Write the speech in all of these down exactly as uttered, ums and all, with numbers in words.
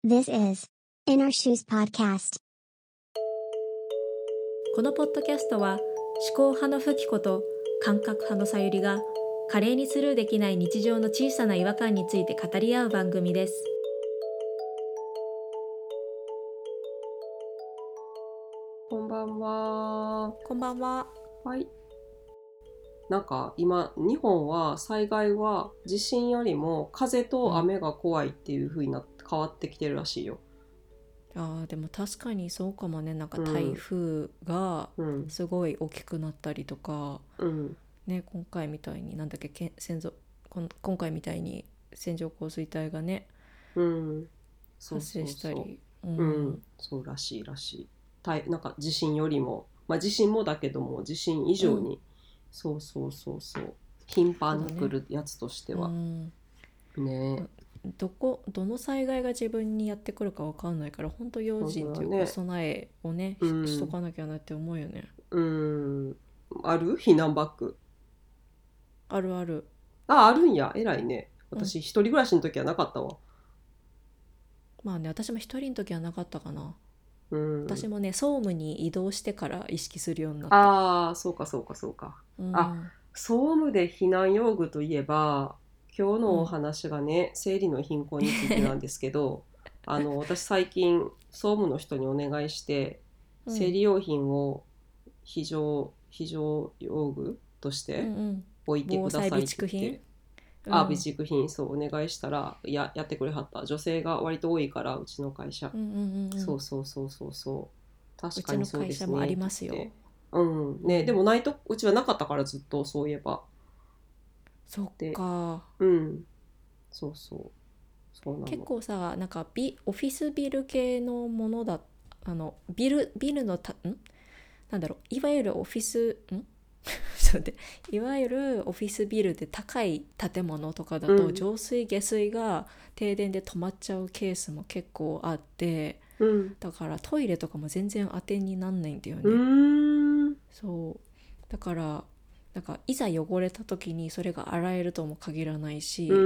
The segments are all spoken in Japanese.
This is In Our Shoes Podcast. このポッドキャストは思考派のフキコと感覚派のさゆりが華麗にスルーできない日常の小さな違和感について語り合う番組です。 こんばんは。 こんばんは。 はい。なんか今日本は災害は地震よりも風と雨が怖いっていう風になって変わってきてるらしいよ。 あーでも確かにそうかもね。なんか台風がうんすごい大きくなったりとか、 うんね、今回みたいになんだっけけ先祖こん今回みたいに線状降水帯がねうんそう発そうそう生したり、 うん、 うんそうらしいらしい。たいなんか地震よりも、まあ地震もだけども地震以上に、 うんそうそうそうそう頻繁にそうだね来るやつとしてはうんね。 どこどの災害が自分にやってくるか分かんないから本当用心というか、ね、備えをね、うん、しとかなきゃなって思うよね。 うんある避難バッグあるある。 ああるんや偉いね。私、うん、一人暮らしの時はなかったわ。 まあね私も一人の時はなかったかな。 うん、 私もね総務に移動してから意識するようになった。 ああそうかそうかそうか、うん、あ総務で避難用具といえば今日のお話がね、うん、生理の貧困についてなんですけどあの私最近総務の人にお願いして、うん、生理用品を非常非常用具として置いてくださいって言って、うんうん、あ備蓄品そうお願いしたらややってくれはった。女性が割と多いからうちの会社、うんうんうん、そうそうそうそうそう確かにそうですね。うちの会社もありますよ。うんね、うん、でもないとうちはなかったからずっとそういえば。 そっか。 うんそうそうそうなの。 結構さなんかビオフィスビル系のものだあのビルビルのたんなんだろういわゆるオフィスんそうでいわゆるオフィスビルで高い建物とかだと、うん、上水下水が停電で止まっちゃうケースも結構あって、うん、だからトイレとかも全然当てになんないんだよね。うーんそうだからなんかいざ汚れた時にそれが洗えるとも限らないし、 うん、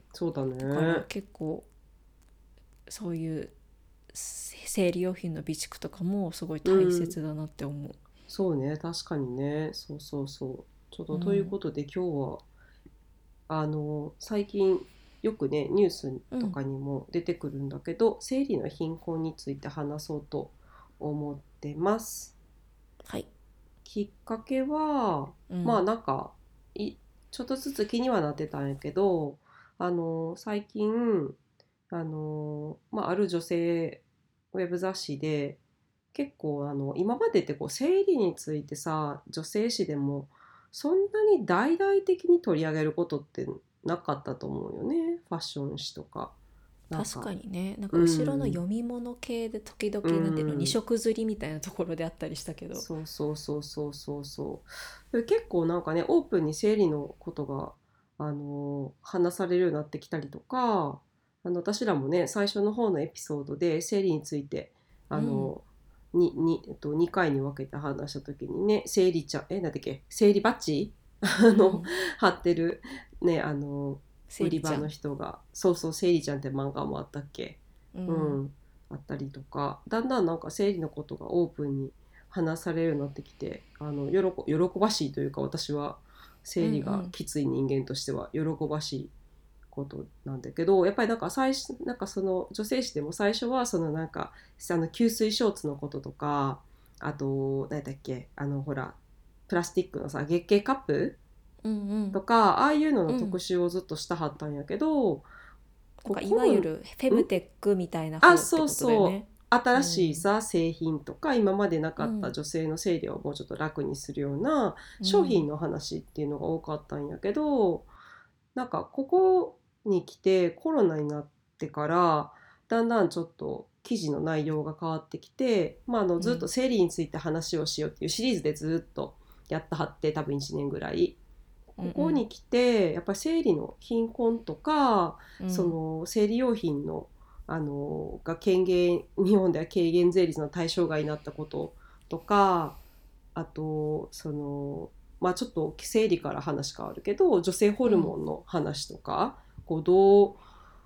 そうだね。 だから結構そういう生理用品の備蓄とかもすごい大切だなって思う、うん、 そうね確かにねそうそうそうちょっとということで、うん、今日はあの最近よくねニュースとかにも出てくるんだけど、うん、生理の貧困について話そうと思ってます。 はいきっかけは、うん、まあなんかいちょっとずつ気にはなってたんやけどあの最近あの、まあ、ある女性ウェブ雑誌で結構あの今までってこう生理についてさ女性誌でもそんなに大々的に取り上げることってなかったと思うよね。ファッション誌とか確かにねなんか後ろの読み物系で時々、うん、なんていうの二色刷りみたいなところであったりしたけど、 そうそうそうそうそうそう結構なんかねオープンに生理のことがあの話されるようになってきたりとかあの私らもね最初の方のエピソードで生理についてあの、うん、ににえっと、にかいに分けて話した時にね生理ちゃんえなんだっけ生理バッジあの、うん、貼ってるねあの売り場の人がそうそう生理ちゃんって漫画もあったっけ、うんうん、あったりとかだんだんなんか生理のことがオープンに話されるようになってきてあの喜喜ばしいというか私は生理がきつい人間としては喜ばしいことなんだけど、やっぱりなんか最初なんかその女性誌でも最初はそのなんかあの吸水ショーツのこととかあと何だっけあのほらプラスチックのさ月経カップうんうん、 とかああいうのの特集をずっとしたはったんやけど、うん、 なんかいわゆるフェムテックみたいな方ってことだよね。あ、そうそう新しいさ、うん、製品とか今までなかった女性の生理をもうちょっと楽にするような商品の話っていうのが多かったんやけど、うん、なんかここに来てコロナになってからだんだんちょっと記事の内容が変わってきて、まあ、あのずっと生理について話をしようっていうシリーズでずっとやったはって多分いちねんぐらいここに来てやっぱり生理の貧困とか、うん、その生理用品のあのが軽減日本では軽減税率の対象外になったこととかあとそのまあちょっと生理から話変わるけど女性ホルモンの話とか、うん、こうどう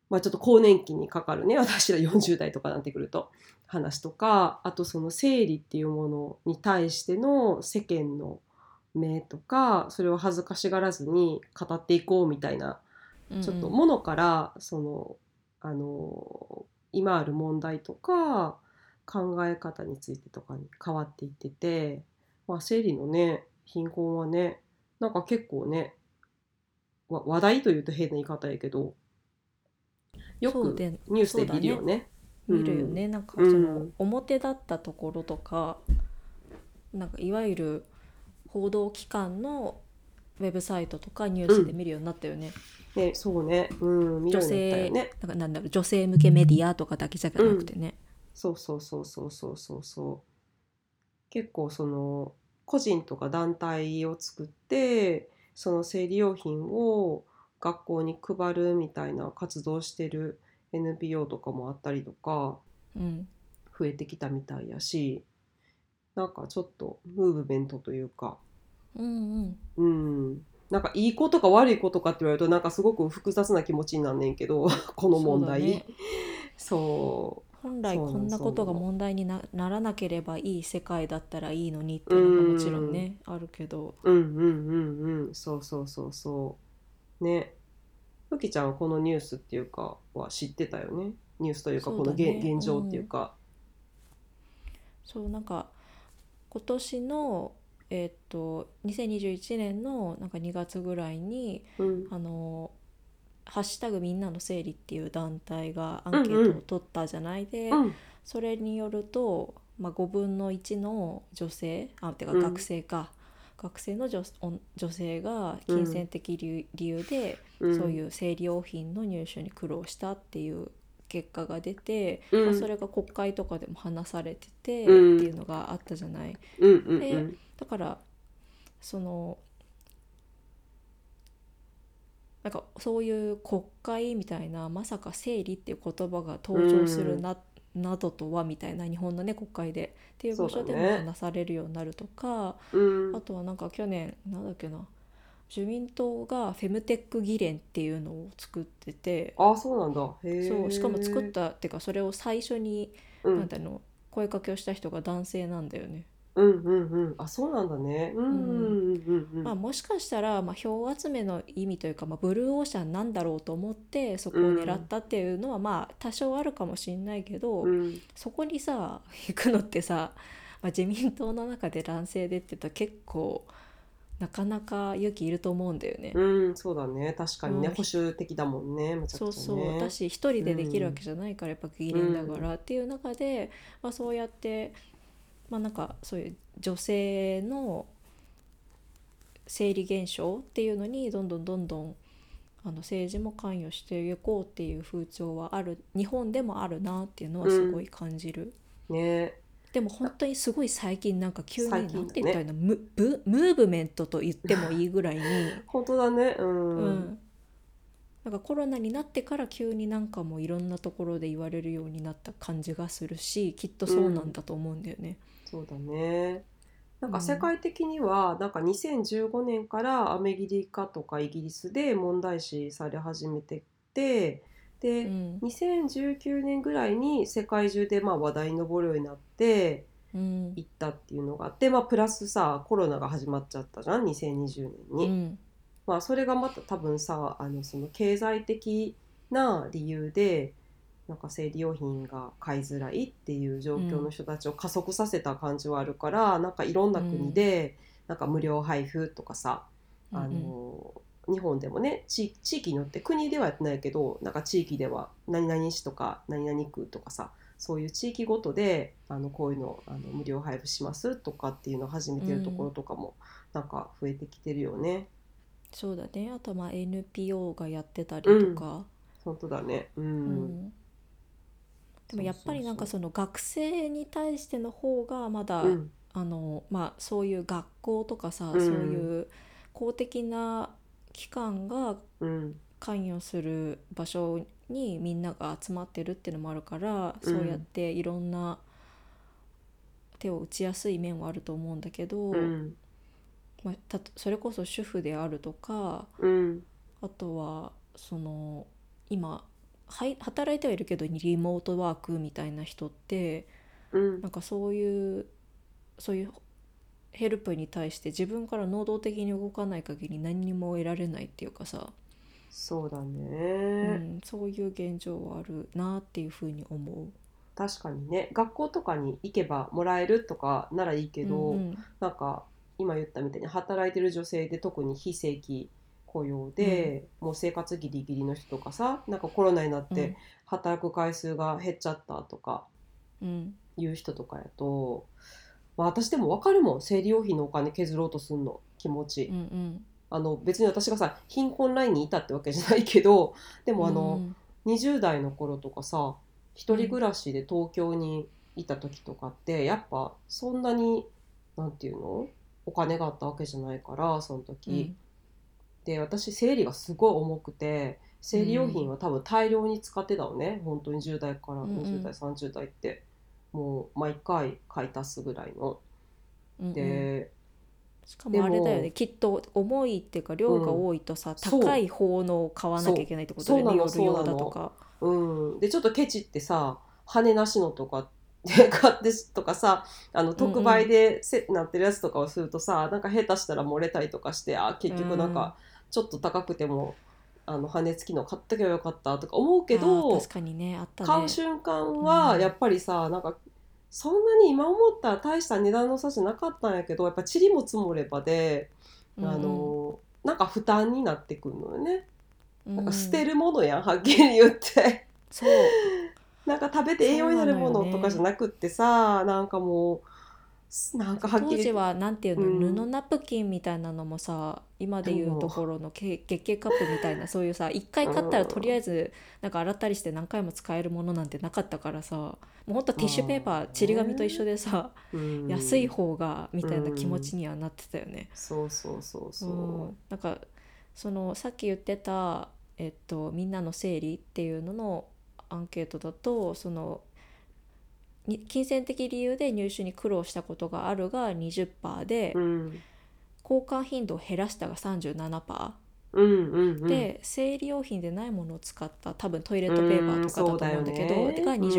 まあ、ちょっと更年期にかかるね私らよんじゅう代とかになってくると話とか、あとその生理っていうものに対しての世間の目とか、それを恥ずかしがらずに語っていこうみたいな、 うんうん、 ちょっとものからそのあの今ある問題とか考え方についてとかに変わっていってて、まあ、生理のね貧困はねなんか結構ねわ話題というと変な言い方やけどよくそうでニュースでそうだね見るよね。 見るよね、なんかうそのん表だったところとか、なんかいわゆる報道機関のウェブサイトとかニュースで見るようになったよね、 ね、そうね、うん、見る女ようになったよ性ね。 なんかなんだろう女性向けメディアとかだけじゃなくてね、 そうそうそうそうそうそうそう。結構その個人とか団体を作ってその生理用品を学校に配るみたいな活動してる エヌピーオー とかもあったりとかうん増えてきたみたいやし、なんかちょっとムーブメントというか、 うんうんうん、なんかいいことか悪いことかって言われるとなんかすごく複雑な気持ちになんねんけどこのそう問題。 だね、 そう本来そうなんこんなことがそ問題に な, ならなければいい世界だったらいいのにっう。うていうのがもちろんんねあるけど、 うんうんうんうん、そうそうそうそうね。ふきちゃんはこのニュースっていうかは知ってたよね。ニュースというかそうこの現、 だね、 現状っていううん、 か。 そうなんか今年のえっとにせんにじゅういちねんのなんかにがつぐらいにうんあのハッシュタグみんなの生理っていう団体がアンケートをうんうん取ったじゃないで、 うんそれによると、まあ、ごぶんのいちの女性あてかうん学生か、学生の女、女性が金銭的理由で、 うんそういう生理用品の入手に苦労したっていう結果が出て、 うんまあ、それが国会とかでも話されてて、 うんっていうのがあったじゃない。 うんうんうでんだからそのなんかそういう国会みたいなまさか生理っていう言葉が登場するな、などとはみたいな日本のね国会でっていうそうだ場所でもね。 話されるようになるとか、 うんあとはなんか去年なんだっけな自民党がフェムテック議連っていうのを作ってて、 あ、そうなんだ。へそうしかも作っえ。 たっていうかそれを最初にうんなんだろう声かけをした人が男性なんだよね。 うんうんうん。あ、そうなんだね。うんうんうんうんうんまあ、もしかしたら、まあ、票集めの意味というか、まあ、ブルーオーシャンなんだろうと思ってそこを狙ったっていうのは、まあ多少あるかもしれないけど、 うんうんそこにさ行くのってさ、まあ、自民党の中で男性でって言ったら結構なかなか勇気いると思うんだよね。 うん、そうだね。確かにね、 うん、 保守的だもんね。めちゃそうくちゃそうだね。 し一人うでできるわんけじゃないからやっぱ議う連だからんっていう中で、まあ、そうやってまあなんかそういう女性の生理現象っていうのにどんどんどんどんあの政治も関与していこうっていう風潮はある日本でもあるなっていうのはすごい感じる、 ね。 でも本当にすごい最近なんか急に最近だねなんて言ったらいいの、ムブムーブメントと言ってもいいぐらいに本当だね。う。 うんんなんかコロナになってから急になんかもういろんなところで言われるようになった感じがするし、きっとそうなんだと思うんだよね。 そうだね。なんか世うん界的にはなんかにせんじゅうごねんからアメリカとかイギリスで問題視され始めてて、で、 うんにせんじゅうきゅうねんぐらいに世界中でまあ話題に上るようになってうんいったっていうのがあって、まあ、プラスさコロナが始まっちゃったじゃんにせんにじゅうねんに。 うんまあ、それがまた多分さあのその経済的な理由でなんか生理用品が買いづらいっていう状況の人たちを加速させた感じはあるから、なんかいろんな国でなんか無料配布とかさ、あの日本でもね地、地域によって国ではやってないけどなんか地域では何々市とか何々区とかさ、そういう地域ごとであのこういうのあの無料配布しますとかっていうのを始めてるところとかもなんか増えてきてるよね。 そうだね。あとまあ エヌピーオー がやってたりとか、 本当だね。うん。 うんでもやっぱりなんかそその学生に対しての方がまだ、 うそううんあのまあそういう学校とかさ、 うんそういう公的な機関がうん関与する場所にみんなが集まってるっていうのもあるから、 うんそうやっていろんな手を打ちやすい面はあると思うんだけど、 うんまあ、たとそれこそ主婦であるとか、 うんあとはその今はい働いてはいるけどリモートワークみたいな人ってうんなんかそういうそういうヘルプに対して自分から能動的に動かない限り何にも得られないっていうかさ、 そうだうね。 ん、そういう現状はあるなっていうふうに思確かにね、学校とかに行けばもらえるとかならいいけう。うど、 んなんか今言ったみたいに働いてる女性で特に非正規雇用うんで、もう生活ギリギリの人とかさ、なんかコロナになってうん働く回数が減っちゃったとかうんいう人とかやと、まあ、私でも分かるもん、生理用品のお金削ろうとすんの気持ち。 うんうんあの別に私がさ貧困ラインにいたってわけじゃないけど、でうんうもあのんにじゅう代の頃とかさ、一人暮らしで東京にいた時とかってやっぱそんなになんていうの、お金があったわけじゃないから、その時うんで私生理がすごい重くて、生理用品は多分大量に使ってたのね、本当にじゅう代からうんうにじゅう代んさんじゅう代ってもう毎回買い足すぐらいのうんうん。 で。 しかでもあれだよね、 もきっと重いっていうか量がうん多いとさ高そうい方のを買わなきゃいそうけないってことだそうなのよね、夜そうなの。 用だとか。 うん、でちょっとケチってさ、羽なしのとかで買ってとかさ、あの特売うんでせなってるやつとかをするとさ、なんか下手したら漏れたりとかして、あう結局なんん。 かちょっと高くてもあの羽根付きの買っとけばよかったとか思うけあー確ど、 かにね、あった買うね。 瞬間うんはやっぱりさ、なんかそんなに今思ったら大した値段の差じゃなかったんやけど、やっぱ塵も積もればで、 うんあうんのなんか負担になってくるのよね。 うなんか捨てん。 るものやん、はっきり言ってそうなんか食べて栄養になるそうなのものとかじゃよね。 なくってさ、なんかもうなんかそうはっきり言って、 当時はなんていううの、布ん、 ナプキンみたいなのもさ、今でいうとそころのけ月経カップみたいな、そういうさ一回う、 買ったらとりあうえずなんか洗ったりして何回も使えるものなんてなかったからさ、もうほんとん、 ティッシュペーパーまあちり紙と一緒ね、 でさ、 う安いん、 方がみうたいな気持ん、 ちにはなってたよね。 そうそうそううそん、なんかそのさっき言ってた、えっと、みんなの生理っていうののアンケートだと、そのに金銭的理由で入手に苦労したことがあるがにじゅっパーセントう、うで、 ん、 交換頻度を減らしたが さんじゅうななパーセントうん、うん、うん、 で、生理用品でないものを使った多分トイレットペーパーうん、 とかだとそうだよ思うんだけどね、 がうん、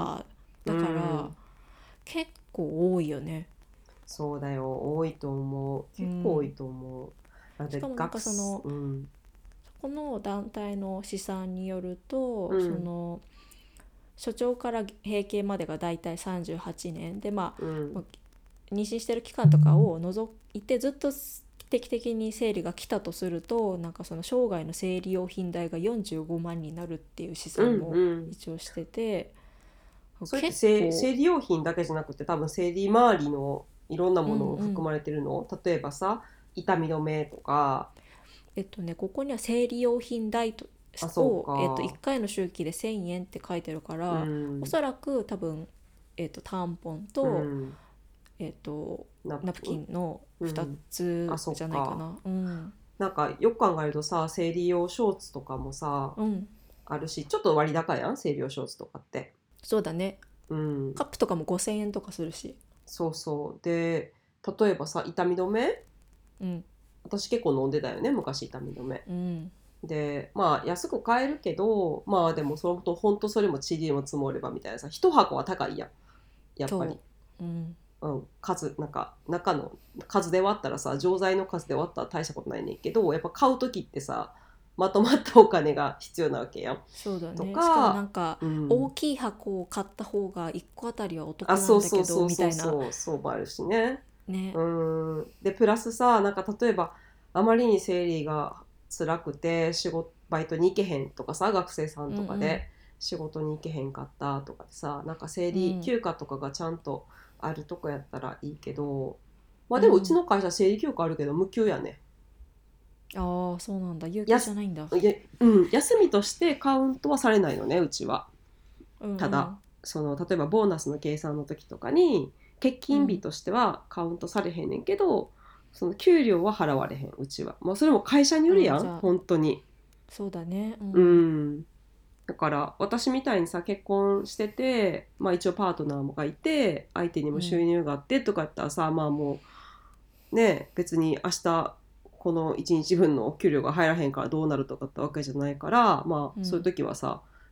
にじゅうななパーセントうだから、 ん、 結構多いよね。 そうだよ、多いと思う、 う結構多いん、 と思う。だってしかもなんかそ学生、 のうん、 この団体の試算によると、そうん、 の初潮から閉経までがだいたいさんじゅうはちねんで、まうん、 あ妊娠してる期間とかを除いてずっと定期的に生理が来たとすると、なんかその生涯の生理用品代がよんじゅうごまんになるっていう試うん、 算もうん。 一応してて、 それって結構。 生生理用品だけじゃなくて多分生理周りのいろんなうんものもうん。 含まれてるの、例えばさ、痛み止めとか。 えっとねここには生理用品代とあ、そうを、えっと、1 か。 回の周期でせんえんって書いてるかうら、おん、 そらく多分、えっと、タンポンうと、 ん、 えっと、ナプキナップ、 ンの2 うん、あ、 つじゃないかそっか。 な。うんなんかよく考えるとさ、生理用ショーツとかもさうんあるし、ちょっと割高やん、生理用ショーツとかって。 そうだね。 うん、 カップとかもごせんえんとかするし。 そうそう。で、例えばさ、痛み止め、 うん私結構飲んでたよね、昔痛み止め。 うんで、まあ安く買えるけど、まあでもそのと本当それも塵も積もればみたいなさ、一箱は高いやん、やっぱり。 そう。うんうん、数なんか中の数で割ったらさ、錠剤の数で割ったら大したことないねんけど、やっぱ買う時ってさ、まとまったお金が必要なわけやん。 そうだとね。しかもなか、 んかうん、 大きい箱を買った方がいっこあたりはおあ、 得なそうんだけどそうそうそうみたいなそう、そうもあるしね。 ね。 うん、でプラスさ、なんか例えばあまりに生理が辛くて仕事バイトに行けへんとかさ、学生さんうんうとかんで仕事に行けへんかったとかでさ、なんか生理うん休暇とかがちゃんとあるとこやったらいいけど、まあでもうちうん。 の会社生理休暇あるけど無給やね。 ああそうなんだ、有給やすじゃないんだ。 いや、うん、休みとしてカウントはされないのね、うちは。 うんただうんその例えばボーナスの計算の時とかに欠勤日うん。 としてはカウントされへんねんけど、その給料は払われへん、うちは。まあそれも会社によるやん、 ああじゃあ本当に。 そうだね。ううんん、だから私みたいにさ、結婚してて、まあ一応パートナーがいて相手にも収うん入があってとかやったらさ、まあもうね、別に明日このいちにちぶんのお給料が入らへんからどうなるとかってわけじゃないから、まあそういううん時はさ、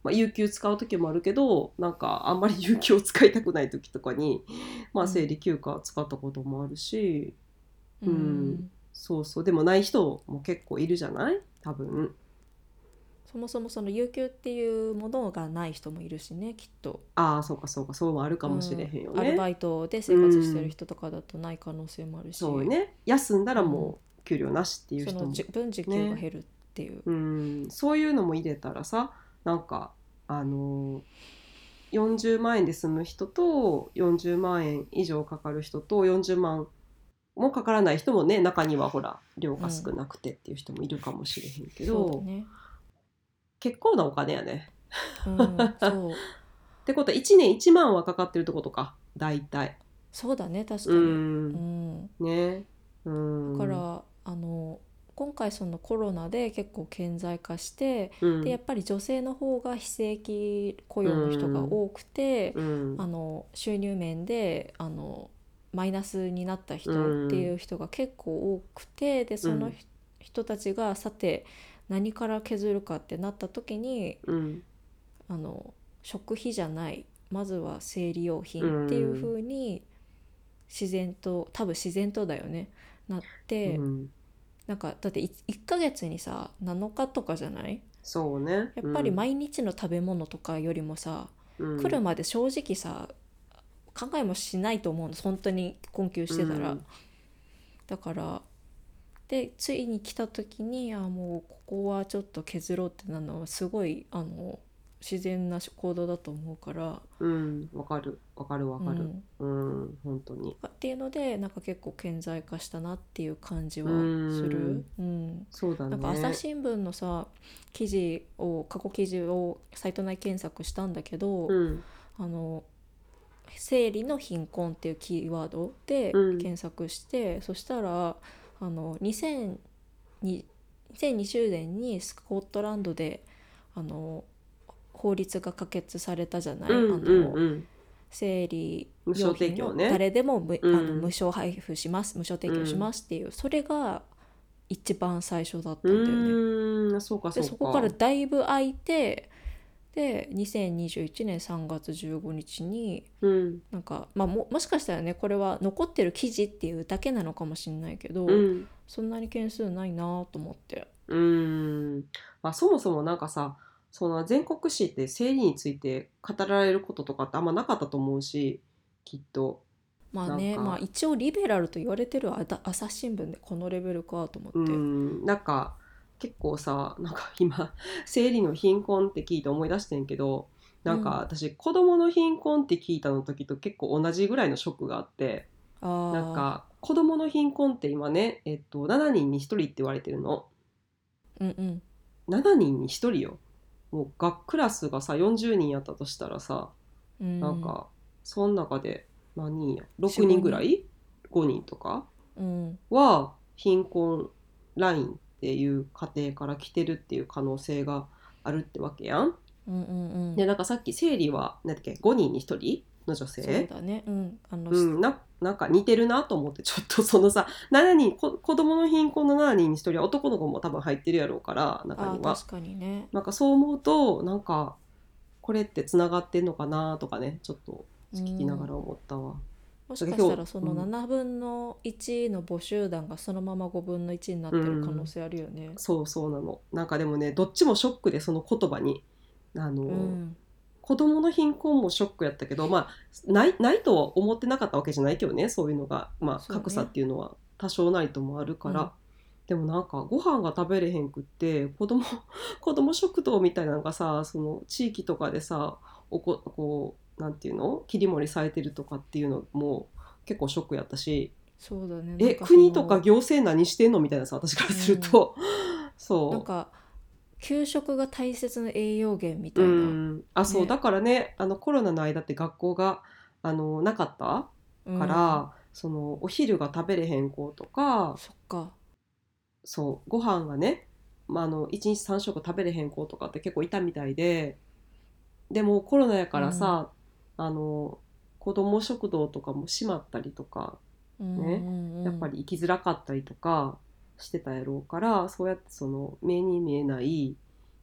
まあ、有給使う時もあるけどなんかあんまり有給を使いたくない時とかに、まあ、生理休暇使ったこともあるし、 うん、 うんうんそうそうでもない人も結構いるじゃない多分。 そもそもその有給っていうものがない人もいるしね、きっと。 ああそうかそうかそうもあるかもしれうん、 へんよアルね。 バイトでう生活してるん人とかだとない可能性もあるし、 そうね休んだらうんもう給料なしっていうその人も分時給がね、 減るっていう。 うんそういうのも入れたらさなんかあのよんじゅうまん円で済む人とよんじゅうまん円以上かかる人とよんじゅうまんもかからない人もね中にはほら量が少なくてっていう人もいるかもしれへんけど、 そうだね。 結構なお金やね。 うん、そうってことはいちねんいちまんはかかってるってことか大体。 そうだね、確かうに。 んうん、 ねうんだからあの今回そのコロナで結構顕在化して、 うんでやっぱり女性の方が非正規雇用の人が多くて、 うんあの収入面であのマイナスになった人っていう人が結構多くて、でそのうん人たちがさて何から削るかってなった時に、 うんあの食費じゃないまずは生理用品っていう風に自然と多分自然とだよねなって、 うんなんかだって いっかげつにさなのかとかじゃない？ そうねやっぱり毎日の食べ物とかよりもさ、 うん来るまで正直さ考えもしないと思うの、本当に困窮してたら、 うんだからでついに来た時にあもうここはちょっと削ろうってなるのはすごいあの自然な行動だと思うから、 うんわかるわかるわかるうんうん本当にっていうのでなんか結構顕在化したなっていう感じはうんする。うんそうだねなんか朝日新聞のさ記事を過去記事をサイト内検索したんだけど、 うんあの生理の貧困っていうキーワードでうん検索して、そしたらあのにせんにじゅうねんにスコットランドであの法律が可決されたじゃない、 うんあのうんうん生理無償用品を提供ね誰でも無,、 うんあの無償配布します無償提供しますっていう、それが一番最初だったんだよね。 うーんそうかそうかでそこからだいぶ空いて、でにせんにじゅういちねんさんがつじゅうごにちにうんなんか、まあ、も, もしかしたらねこれは残ってる記事っていうだけなのかもしれないけど、 うんそんなに件数ないなと思って。 うーんまあそもそもなんかさその全国紙って生理について語られることとかってあんまなかったと思うしきっとまあね、 なんかまあ一応リベラルと言われてるあだ朝日新聞でこのレベルかと思って、 うーんなんか結構さなんか今生理の貧困って聞いて思い出してんけどなんかうん私子供の貧困って聞いたの時と結構同じぐらいのショックがあって、 あなんか子供の貧困って今ね、えっと、しちにんにひとりって言われてるの。 うんうんしちにんにひとりよ。もう学クラスがさよんじゅうにんやったとしたらさ、 うんなんかその中で何人やろくにんぐらいごにんとかうんは貧困ラインっていう家庭から来てるっていう可能性があるってわけやん。 うんうんうんでなんかさっき生理は何だっけごにんにひとりの女そう性だね、うんあの、 うん、ななんか似てるなと思ってちょっとそのさしちにんこ子供の貧困のしちにんにひとりは男の子も多分入ってるやろうから中にはあ確かにね。 なんかそう思うとなんかこれってつながってんのかなとかねちょっと聞きながら思ったわ。 もしかしたらそのななぶんのいちの母集団がそのままごぶんのいちになってる可能性あるよね。 そうそうなの。なんかでもねどっちもショックでその言葉にあの、 うん子供の貧困もショックやったけど、まあ、ないないとは思ってなかったわけじゃないけどねそういうのが、まあ、 そうね格差っていうのは多少ないともあるから、 うんでもなんかご飯が食べれへんくって子供子供食堂みたいなのがさその地域とかでさおここうなんていうの切り盛りされてるとかっていうのも結構ショックやったし、 そうだね。 えなんかその国とか行政何してんのみたいなさ私からすると、そうなんか給食が大切な栄養源みたういな。 んあそう、 ねだからねあのコロナの間って学校があのなかったうんから、そのお昼が食べれへん子とかそっか。 そうご飯がね、まあ、あのいちにちさん食食べれへん子とかって結構いたみたいで、でもコロナやからさ、あの子ども食堂とかも閉まったりとかうんね、 うんうんやっぱり行きづらかったりとかしてたやろうからそうやってその目に見えない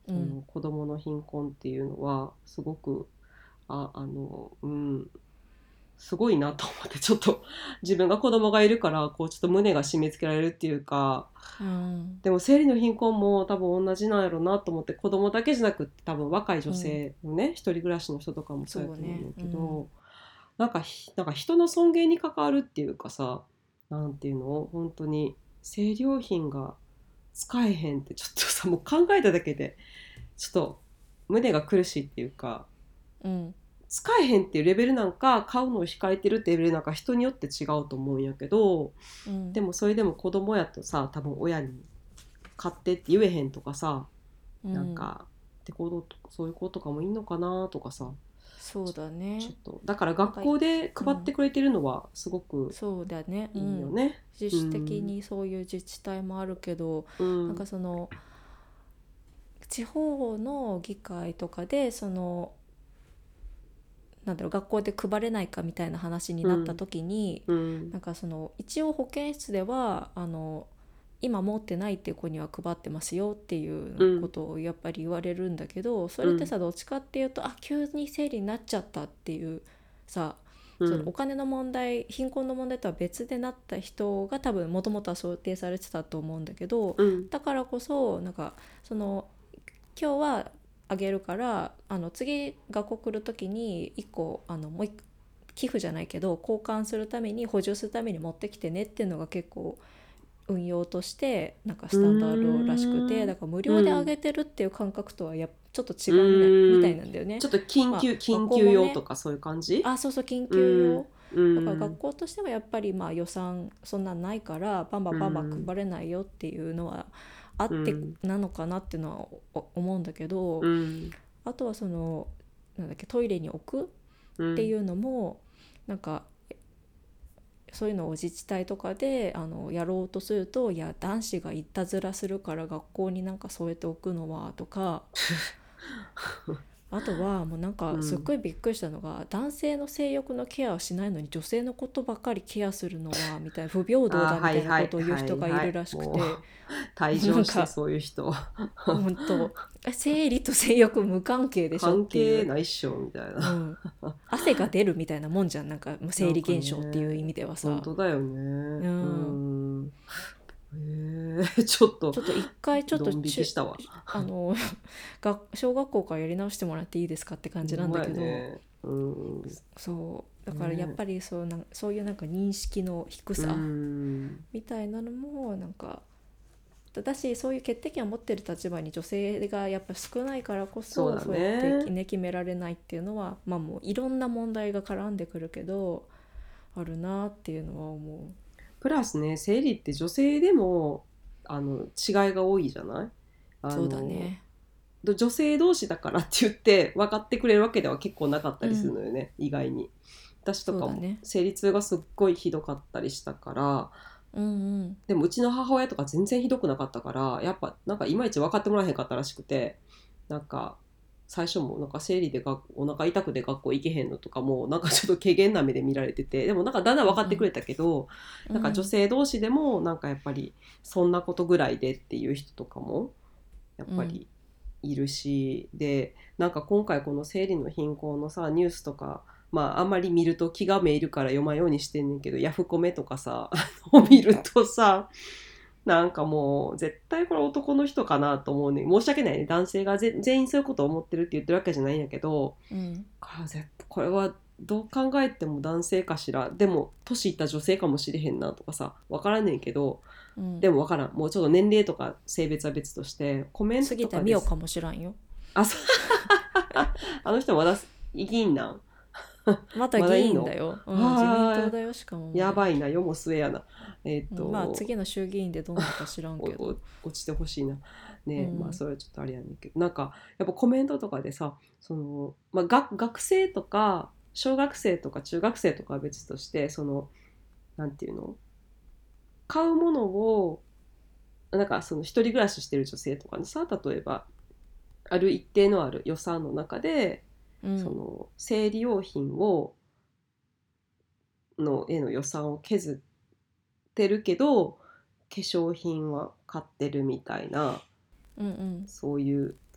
うん、 あの子どもの貧困っていうのはすごくああの、うん、すごいなと思って、ちょっと自分が子供がいるからこうちょっと胸が締め付けられるっていうか。 うん、 でも生理の貧困も多分同じなんやろなと思って、子供だけじゃなくって多分若い女うん、 性のね、一人暮らしの人とかもそうやと思うんだそうね、うん、 けど、なんかひなんか人の尊厳に関わるっていうかさ、なんていうの本当に生理用品が使えへんってちょっとさ、もう考えただけでちょっと胸が苦しいっていうか、 うん、 使えへんっていうレベルなんか買うのを控えてるっていうレベルなんか人によって違うと思うんやけど、 うん、 でもそれでも子供やとさ、多分親に買ってって言えへんとかさ、 うん、 なんかってこととそういう子とかもいんのかなとかさ、 そうだね。 ちょっとだからなんか、 学校で配ってうん、 くれてるのはすごくそうだね、ういいよん。 ね。 自主的うんにそういう自治体もあるけど、なんうんかその地方の議会とかでそのなんだろう学校で配れないかみたいな話になったうん時に、 うんなんかその一応保健室ではあの今持ってないっていう子には配ってますよっていうこうんとをやっぱり言われるんだけど、それってうんさどっちかっていうとあ急に生理になっちゃったっていうさ、そのおうん金の問題貧困の問題とは別でなった人が多分もともとは想定されてたと思うんだけど、 うんだからこそなんかその今日はあげるからあの次学校来る時にいっこあのもう一寄付じゃないけど交換するために補充するために持ってきてねっていうのが結構運用としてなんかうスタンダードらしくて、 んだから無料であうんげてるっていう感覚とはやちょっと違ううみたいみたいんなんだよね。 ちょっと緊まあ急緊学校急用ともね、 かそういう感じ。 あそうそう緊うん急用うだから学ん校としてはやっぱりまあ予算そんなんないからバンバうンバンバンん配れないよっていうのはあってうんなのかなっていうのは思うんだけど、 うんあとはそのなんだっけトイレに置くっうんていうのもなんかそういうのを自治体とかであのやろうとするといや男子がいたずらするから学校になんかそうやって置くのはとか、あとはもうなんかすっうんごいびっくりしたのが男性の性欲のケアをしないのに女性のことばかりケアするのはみたいな不平等あだみたいなはいはいことを言う人がいはいはいるらしくもうて、 退なんか場してそういう人本当生理と性欲無関係でしょっ関ていう、 係ないっしょみたいな。 うん、汗が出るみたいなもんじゃん、なんかもう生理なんか現象っていう意ね味では本さ、 当だよね。 ううん、 んへえちょっとちょっと一回ちょっとドン引きちゅしたわ。 あのが小学校からやり直してもらっていいですかって感じなんほんまやだけど、 ね。うんそうだからやっねぱりそうなんそういうなんか認識の低うさんみたいなのもなんかだし、そういう決定権を持ってる立場に女性がやっぱ少ないからこそうだそそうやってね。 ね決められないっていうのはまあもういろんな問題が絡んでくるけどあるなっていうのは思プラスね、生理って女性でもあの違いが多いじゃない。 う。 あそうだのね。 女性同士だからって言って分かってくれるわけでは結構なかったりするうん、 のよね、意外に。私とかもそうだね。 生理痛がすっごいひどかったりしたから、 うんうん。 でもうちの母親とか全然ひどくなかったからやっぱなんかいまいち分かってもらえへんかったらしくて、なんか最初もなんか生理でがお腹痛くて学校行けへんのとかもなんかちょっと軽減な目で見られてて、でもなんかだんだん分かってくれたけど、 うんなんか女性同士でもなんかやっぱりそんなことぐらいでっていう人とかもやっぱりいるし、でなんか今回この生理の貧困のさニュースとか、まああんまり見ると気がめいるから読まんようにしてんねんけど、ヤフコメとかさを見るとさ、なんかもう絶対これ男の人かなと思うね。申し訳ないね、男性がぜ全員そういうことを思ってるって言ってるわけじゃないんやけど、 うんこれは絶これはどう考えても男性かしら、でも年いった女性かもしれへんなとかさ分からんねんけど、 うんでも分からん、もうちょっと年齢とか性別は別としてコメント杉とかです。 田美代かもしらんよ。 あそうあの人まだ議員なん。 また議まだいいの員だよ、うん、 あー自民党だよしかもまだやばいな、世も末やな。えーっと、 うん、まあ次の衆議院でどうなるか知らんけどおお落ちてほしいな。ね、 うんまあそれはちょっとあれやねんけど、なんかやっぱコメントとかでさ、その、まあ、学学生とか小学生とか中学生とかは別として、そのなんていうの、買うものをなんかその一人暮らししてる女性とかにさ、例えばある一定のある予算の中で、 うんその生理用品をのへの予算を削ってるけど化粧品は買ってるみたいな、 うんうんそういう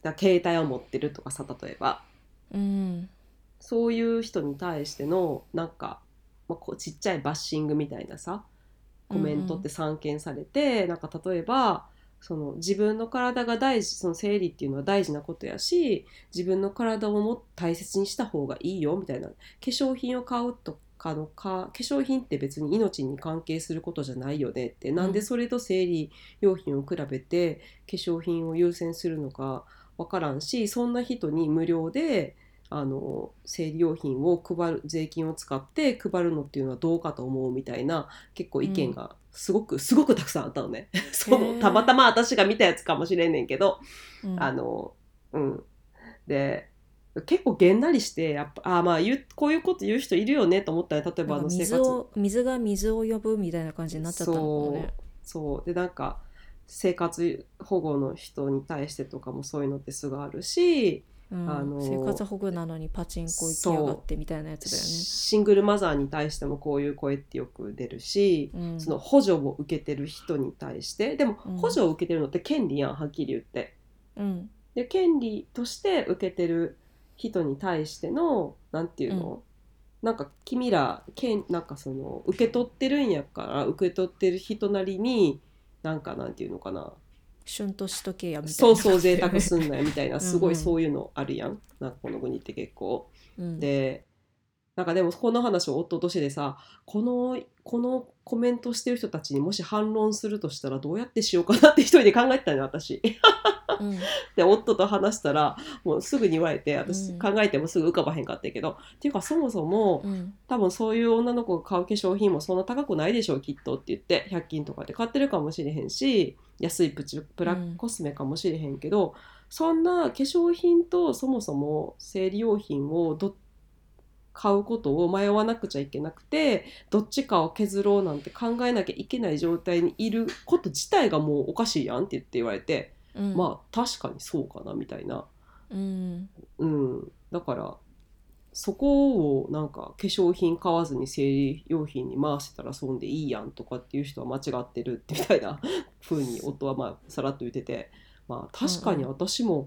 だ携帯を持ってるとかさ、例えばうんそういう人に対してのなんか、まあ、こうちっちゃいバッシングみたいなさコメントって散見されて、なんか例えばその自分の体が大事、その生理っていうのは大事なことやし、自分の体をもっと大切にした方がいいよみたいな、化粧品を買うとかのか、化粧品って別に命に関係することじゃないよねって、なんでそれと生理用品を比べて化粧品を優先するのかわからんし、そんな人に無料であの生理用品を配る、税金を使って配るのっていうのはどうかと思うみたいな結構意見がすごく、すごくたくさんあったのね。そのたまたま私が見たやつかもしれんねんけど、 うんあのうんで結構げんなりして、やっぱあまあ言うこういうこと言う人いるよねと思ったら、例えばあの生水活を水が水を呼ぶみたいな感じになっちゃったのかもね。 そうそうで、なんか生活保護の人に対してとかもそういうのってすぐあるし、 うん、 あの生活保護なのにパチンコ行きやがってみたいなやつだよね。 シングルマザーに対してもこういう声ってよく出るし、うん、その補助を受けてる人に対してでも補助を受けてるのって権利やん、はっきり言って、うん、で権利として受けてる人に対してのなんていうの、うん、なんか君ら権なんかその受け取ってるんやから受け取ってる人なりになんかなんていうのかな、 シュンとしとけやみたいな、 そうそう贅沢すんなよみたいなすごいそういうのあるやん、なんかこの国って結構、うん、でなんかでもこの話を夫としてでさ、このこのコメントしてる人たちにもし反論するとしたらどうやってしようかなって一人で考えてたのよ私、うん、で夫と話したらもうすぐに言われて、私考えてもすぐ浮かばへんかったけど、うん、っていうかそもそも、うん、多分そういう女の子が買う化粧品もそんな高くないでしょうきっとって言って、ひゃく均とかで買ってるかもしれへんし、安いプチプラコスメかもしれへんけど、うん、そんな化粧品とそもそも生理用品をどっ買うことを迷わなくちゃいけなくて、どっちかを削ろうなんて考えなきゃいけない状態にいること自体がもうおかしいやんって言って言われて、うん、まあ確かにそうかなみたいな、うんうん、だからそこをなんか化粧品買わずに生理用品に回せたら損でいいやんとかっていう人は間違ってるってみたいな風に夫はまあさらっと言ってて、まあ確かに私も、うんうん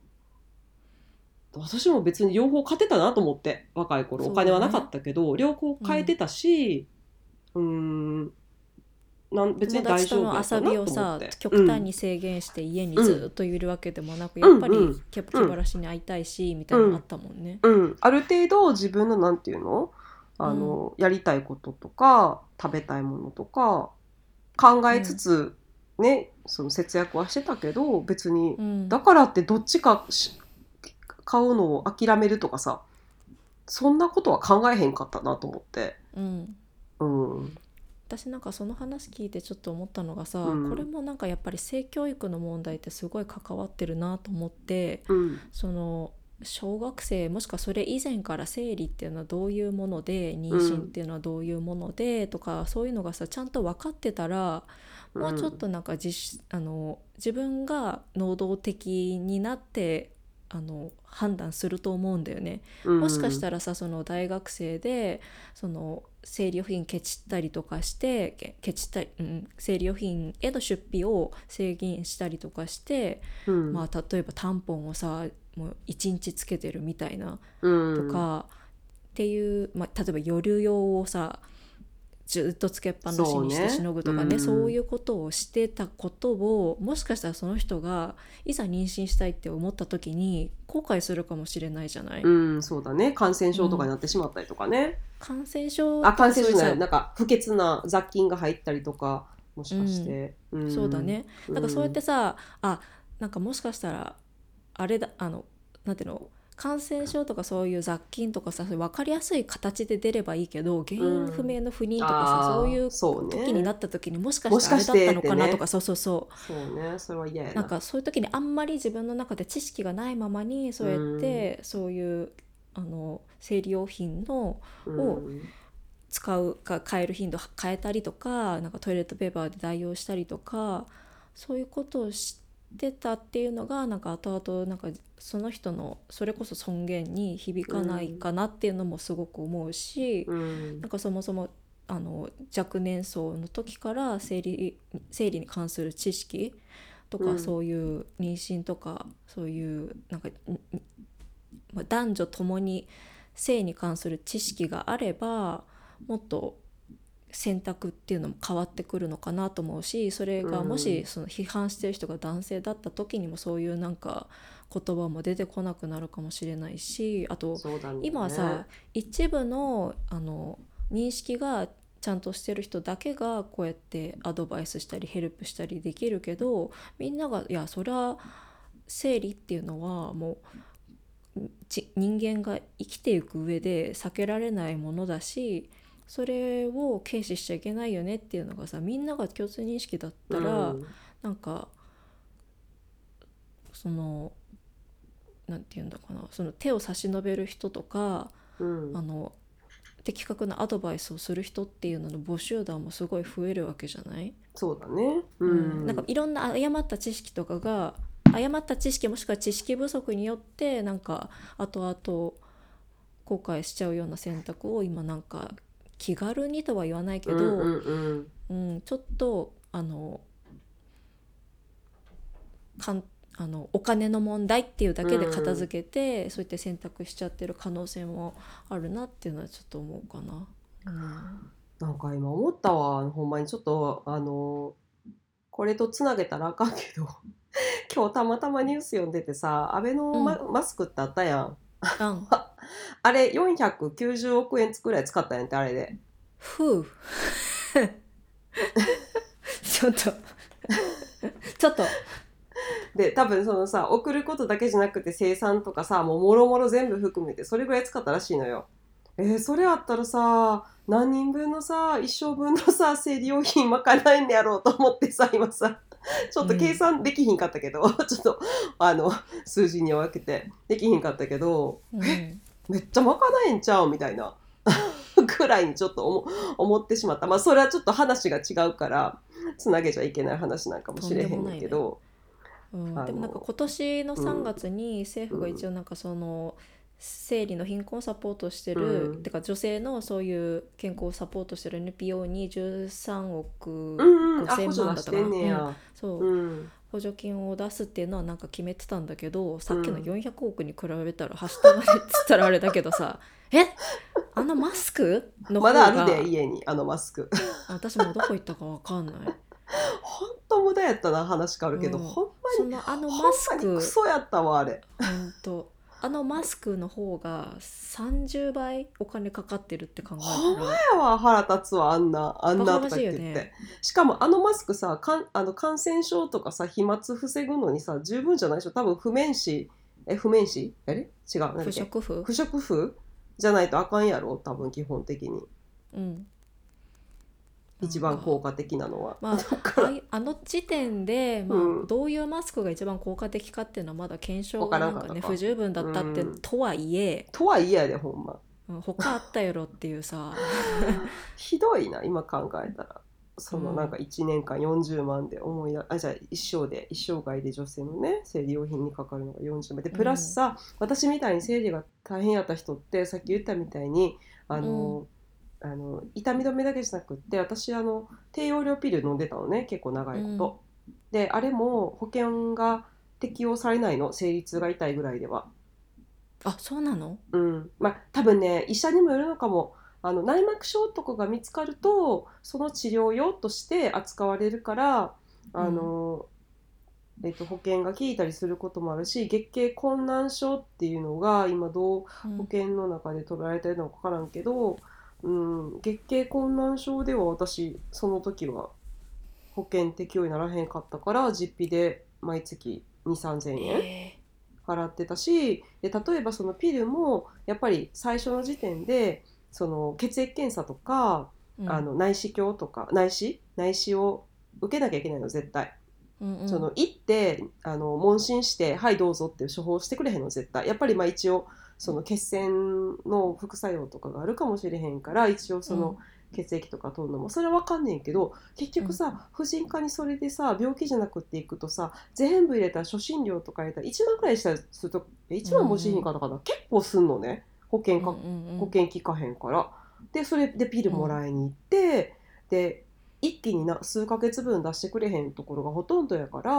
私も別に両方買ってたなと思って、若い頃お金はなかったけど、ね、両方買えてたし、うん、うーんなん別に大丈夫やったなと思って、友達との遊びをさ極端に制限して家にずっといるわけでもなく、うん、やっぱり気晴らしに会いたいし、うん、みたいなのあったもんね、 うんうん、ある程度自分のなんていうの、あの、うん、やりたいこととか食べたいものとか考えつつ、うん、ね、その節約はしてたけど、別に、うん、だからってどっちか買うのを諦めるとかさ、そんなことは考えへんかったなと思って、うんうん、私なんかその話聞いてちょっと思ったのがさ、うん、これもなんかやっぱり性教育の問題ってすごい関わってるなと思って、うん、その小学生もしくはそれ以前から生理っていうのはどういうもので、妊娠っていうのはどういうものでとか、そういうのがさちゃんと分かってたら、もうちょっとなんか 自, あの自分が能動的になってあの判断すると思うんだよね、うん、もしかしたらさ、その大学生でその生理用品ケチったりとかしてケチったり、うん、生理用品への出費を制限したりとかして、うん、まあ例えばタンポンをさもういちにちつけてるみたいな、うん、とかっていう、まあ、例えば夜用をさずっとつけっぱなしにしてしのぐとか ね, そうね、うん、そういうことをしてたことを、もしかしたらその人がいざ妊娠したいって思った時に後悔するかもしれないじゃない、 うん、そうだね、感染症とかになってしまったりとかね、うん、 感染症あ感染症じゃない、なんか不潔な雑菌が入ったりとかもしかして、 うんうん、そうだね、なんかそうやってさ、あなんかもしかしたらあれだ、あのなんていうの、感染症とかそういう雑菌とかさ、分かりやすい形で出ればいいけど、原因不明の不妊とかさ、うん、そういう時になった時にもしかしてあれだったのかなとか、そうそうそうそうね、それは嫌やな。 なんかそういう時にあんまり自分の中で知識がないままにそうやってそういうあの生理用品のを使うか変える頻度変えたりとか、なんかトイレットペーパーで代用したりとか、そういうことをして出たっていうのがなんか後々なんかその人のそれこそ尊厳に響かないかなっていうのもすごく思うし、うん、なんかそもそもあの若年層の時から生理、生理に関する知識とか、 うんそういう妊娠とかそういうなんか、まあ、男女ともに性に関する知識があればもっと選択っていうのも変わってくるのかなと思うし、それがもしその批判してる人が男性だった時にもそういうなんか言葉も出てこなくなるかもしれないし、あとそうだね。 今はさ一部のあの認識がちゃんとしてる人だけがこうやってアドバイスしたりヘルプしたりできるけど、みんながいやそれは生理っていうのはもうち人間が生きていく上で避けられないものだし、それを軽視しちゃいけないよねっていうのがさ、みんなが共通認識だったら、 うん、 なんかそのなんていうんだかな、その手を差し伸べる人とか、 うん、 あの的確なアドバイスをする人っていうのの募集団もすごい増えるわけじゃない？ そうだね。ううんん、 なんかいろんな誤った知識とかが誤った知識もしくは知識不足によってなんか後々後悔しちゃうような選択を今なんか気軽にとは言わないけど、 うんうんうん、 うん、ちょっとあのかんあのお金の問題っていうだけで片付けて、うん、そういった選択しちゃってる可能性もあるなっていうのはちょっと思うかな。うん、 なんか今思ったわ、ほんまにちょっとあのこれとつなげたらあかんけど今日たまたまニュース読んでてさ、アベノマ、 うん、 マスクってあったやん。 あんあれよんひゃくきゅうじゅうおくえんくらい使ったんやって、あれで。 ふうちょっとちょっとで多分そのさ、送ることだけじゃなくて生産とかさ、もうもろもろ全部含めてそれぐらい使ったらしいのよ。えー、それあったらさ、何人分のさ一生分のさ生理用品賄えんねやろうと思ってさ、今さちょっと計算できひんかったけど、うん、ちょっとあの数字に分けてできひんかったけど、うん、えめっちゃ賄えんちゃうみたいなくらいにちょっと 思, 思ってしまった。まあそれはちょっと話が違うからつなげちゃいけない話なんかもしれへんねんけど、 うん、でもなんか今年のさんがつに政府が一応なんかその生理の貧困をサポートしてる、うん、てか女性のそういう健康をサポートしてる エヌピーオー にじゅうさんおくごせんまんだったかな、うん、そう、うん、補助金を出すっていうのはなんか決めてたんだけど、さっきのよんひゃくおくに比べたらはしたまでっつったらあれだけどさえあのマスクの方がまだあるで家にあのマスク私もどこ行ったか分かんないほんと無駄やったな、話変わるけど、うん、ほんまにそのあのマスクほんまにクソやったわあれ。 ほんとあのマスクの方がさんじゅうばいお金かかってるって考えたらほんまやわ、腹立つわ、あんなあんなとか言って、ね、しかもあのマスクさかんあの感染症とかさ飛沫防ぐのにさ十分じゃないでしょ。多分不面子え不面子あれ違う不織布不織布じゃないとあかんやろ多分基本的に。うん一番効果的なのは、 まあ、あ, あの時点で、まあうん、どういうマスクが一番効果的かっていうのはまだ検証がなんかね不十分だったって、うん、とはいえとはいえやでほんま、 うん、他あったやろっていうさひどいな今考えたら。そのなんかいちねんかんよんじゅうまんで思い出、あじゃあ一生で一生涯で女性のね生理用品にかかるのがよんじゅうまんで、プラスさ、うん、私みたいに生理が大変やった人ってさっき言ったみたいにあの、うんあの痛み止めだけじゃなくって私あの低用量ピル飲んでたのね結構長いこと、うん、であれも保険が適用されないの、生理痛が痛いぐらいでは。 あそうなの？ うんまあ多分ね医者にもよるのかも。あの内膜症とかが見つかるとその治療用として扱われるからあの、うんえっと、保険が効いたりすることもあるし、月経困難症っていうのが今どう保険の中で捉えられてるのか分からんけど、うん、月経困難症では私その時は保険適用にならへんかったから実費で毎月にせんさんぜんえん払ってたし、で例えばそのピルもやっぱり最初の時点でその血液検査とか、うん、あの内視鏡とか内視内視を受けなきゃいけないの絶対、うんうん、その行ってあの問診してはいどうぞっていう処方してくれへんの絶対。やっぱりまあ一応その血栓の副作用とかがあるかもしれへんから一応その血液とか取るのもそれは分かんねんけど、結局さ、うん、婦人科にそれでさ病気じゃなくっていくとさ全部入れたら初診料とか入れたらいちまんくらいしたりするといちまんもしひんかったかな、うんうん、結構すんのね保険か、うんうんうん、保険効かへんから。でそれでピルもらいに行って、うん、で一気にな数ヶ月分出してくれへんところがほとんどやから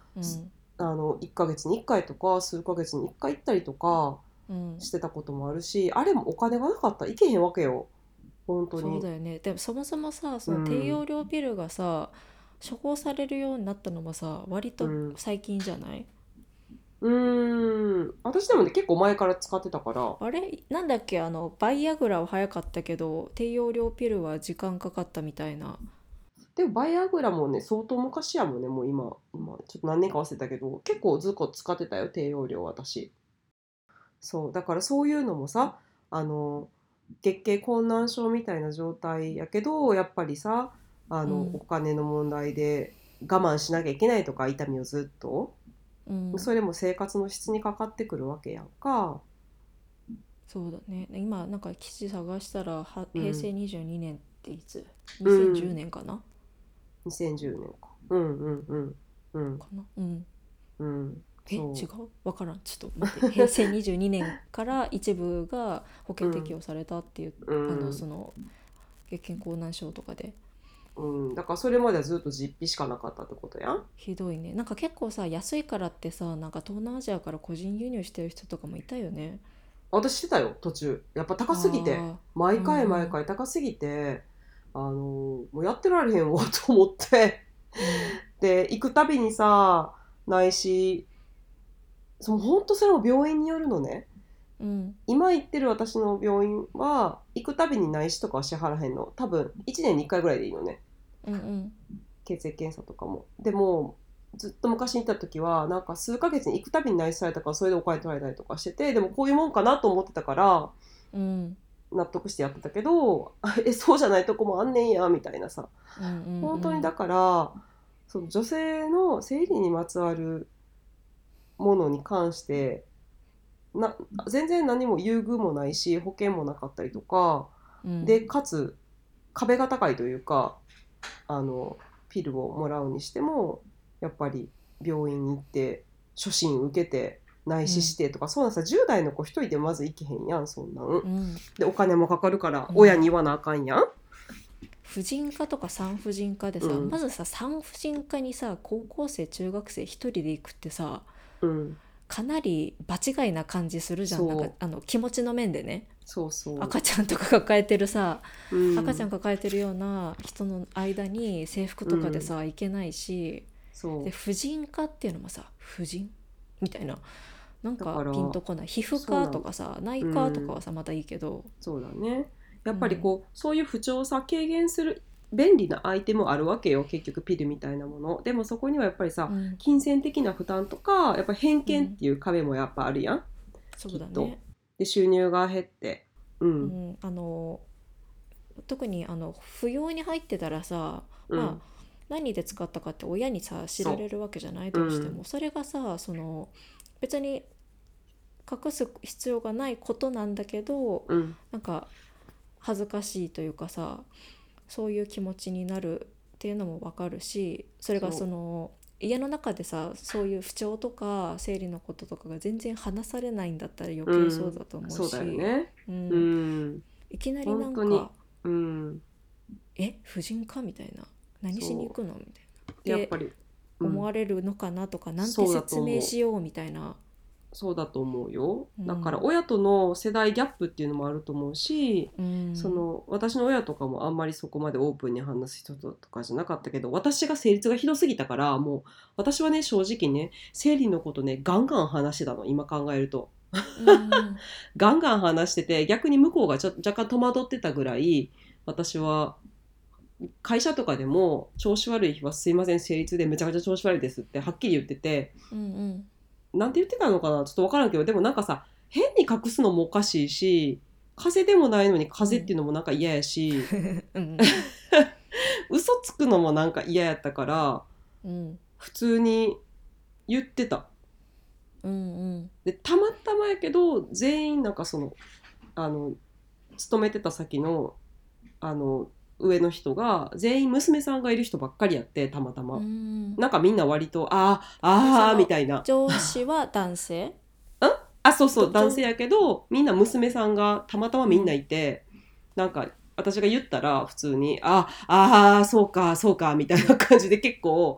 うんあのいっかげつにいっかいとか数ヶ月にいっかい行ったりとかうんしてたこともあるし、あれもお金がなかったら行けへんわけよ本当に。 そうだよね。でもそもそもさ、その低うん用量ピルがさ処方されるようになったのもさ割とうん最近じゃない？ うーん私でもね結構前から使ってたから。 あれなんだっけ、あのバイアグラは早かったけど低用量ピルは時間かかったみたいな。 でもバイアグラもね相当昔やもんね。もう今今ちょっと何年か忘れたけど結構ずっと使ってたよ低用量私。そうだからそういうのもさ、あの月経困難症みたいな状態やけどやっぱりさ、あのうんお金の問題で我慢しなきゃいけないとか、痛みをずっと、 うんそれも生活の質にかかってくるわけやんか。 そうだね。今なんか記事探したらはうん平成にじゅうにねんっていつ？ うんにせんじゅうねんかな、 にせんじゅうねんか。うんうんうんうんかなうんうんえそう違うわからん、ちょっと待って。平成にじゅうにねんから一部が保険適用されたっていう、 うあのんその月経困難症とかで。 うん、だからそれまではずっと実費しかなかったってことやん。 ひどいね。なんか結構さ安いからってさ、なんか東南アジアから個人輸入してる人とかもいたよね。 私してたよ途中。やっぱ高すぎて、 あ毎回うん毎回高すぎて、あのもうやってられへんわと思ってで行くたびにさ、ないし、その本当それも病院によるのね。 うん今行ってる私の病院は行くたびに内視とかは支払わへんの。多分いちねんにいっかいぐらいでいいのね、 うんうん血液検査とかも。でもずっと昔に行った時はなんか数ヶ月に行くたびに内視されたからそれでお金取られたりとかしてて、でもこういうもんかなと思ってたからうん納得してやってたけど、えそうじゃないとこもあんねんやみたいなさ。 うんうんうん本当にだからその女性の生理にまつわるものに関してな全然何も優遇もないし保険もなかったりとかうんで、かつ壁が高いというか、あのピルをもらうにしてもやっぱり病院に行って初診受けて内視してとか、そんなんさじゅう代の子一人でまず行けへんやんそんなん。 うんでお金もかかるからうん親に言わなあかんやん。 婦人科とか産婦人科でさ、 うんまずさ産婦人科にさ高校生中学生一人で行くってさうんかなり場違いな感じするじゃん。 そうなんかあの気持ちの面でね、 そうそう、 赤ちゃんとか抱えてるさ、 うん、 赤ちゃん抱えてるような人の間に制服とかでさ、行けないし、 そうで婦人科っていうのもさ婦人みたいな、なんだからかピンとこない。皮膚科とかさ内科とかはさまたいいけど、 そうだね。やっぱりこう、そういう不調をさ軽減する便利なアイテムあるわけよ結局ピルみたいなもの。でもそこにはやっぱりさ、 うん金銭的な負担とかやっぱ偏見っていう壁もやっぱあるやん、 そうだきっとね。 で収入が減ってううんん、あの特にあの扶養に入ってたらさ、 うんまあ何で使ったかって親にさ知られるわけじゃないどうしても、 うんそれがさその別に隠す必要がないことなんだけど、 うんなんか恥ずかしいというかさ、そういう気持ちになるっていうのもわかるし、それがその家の中でさそういう不調とか生理のこととかが全然話されないんだったら余計そうだと思うし、 そうだよね。 うんうんいきなりなん本当にかうんえ婦人科みたいな、何しに行くのみたいなやっぱり、うん思われるのかなとか、なんてそうだと説思う明しようみたいな。 そうだと思うよ。 うんだから親との世代ギャップっていうのもあると思うし、 うんその私の親とかもあんまりそこまでオープンに話す人とかじゃなかったけど、私が生理痛がひどすぎたからもう私はね正直ね生理のことねガンガン話してたの今考えると。 うんガンガン話してて逆に向こうがちょ若干戸惑ってたぐらい、私は会社とかでも調子悪い日はすいません生理痛でめちゃくちゃ調子悪いですってはっきり言ってて、 うんなんて言ってたのかなちょっと分からんけど、でもなんかさ変に隠すのもおかしいし、風邪でもないのに風邪っていうのもなんか嫌やし、 うん嘘つくのもなんか嫌やったからうん普通に言ってた。 うんうんでたまたまやけど全員なんかそのあの勤めてた先のあの上の人が全員娘さんがいる人ばっかりやって、たまたま、 うんなんかみんな割とあーあーみたいな、 上司は男性あそうそうど男性やけどみんな娘さんがたまたまみんないて、なんか私が言ったら普通にああーそうかそうかみたいな感じで結構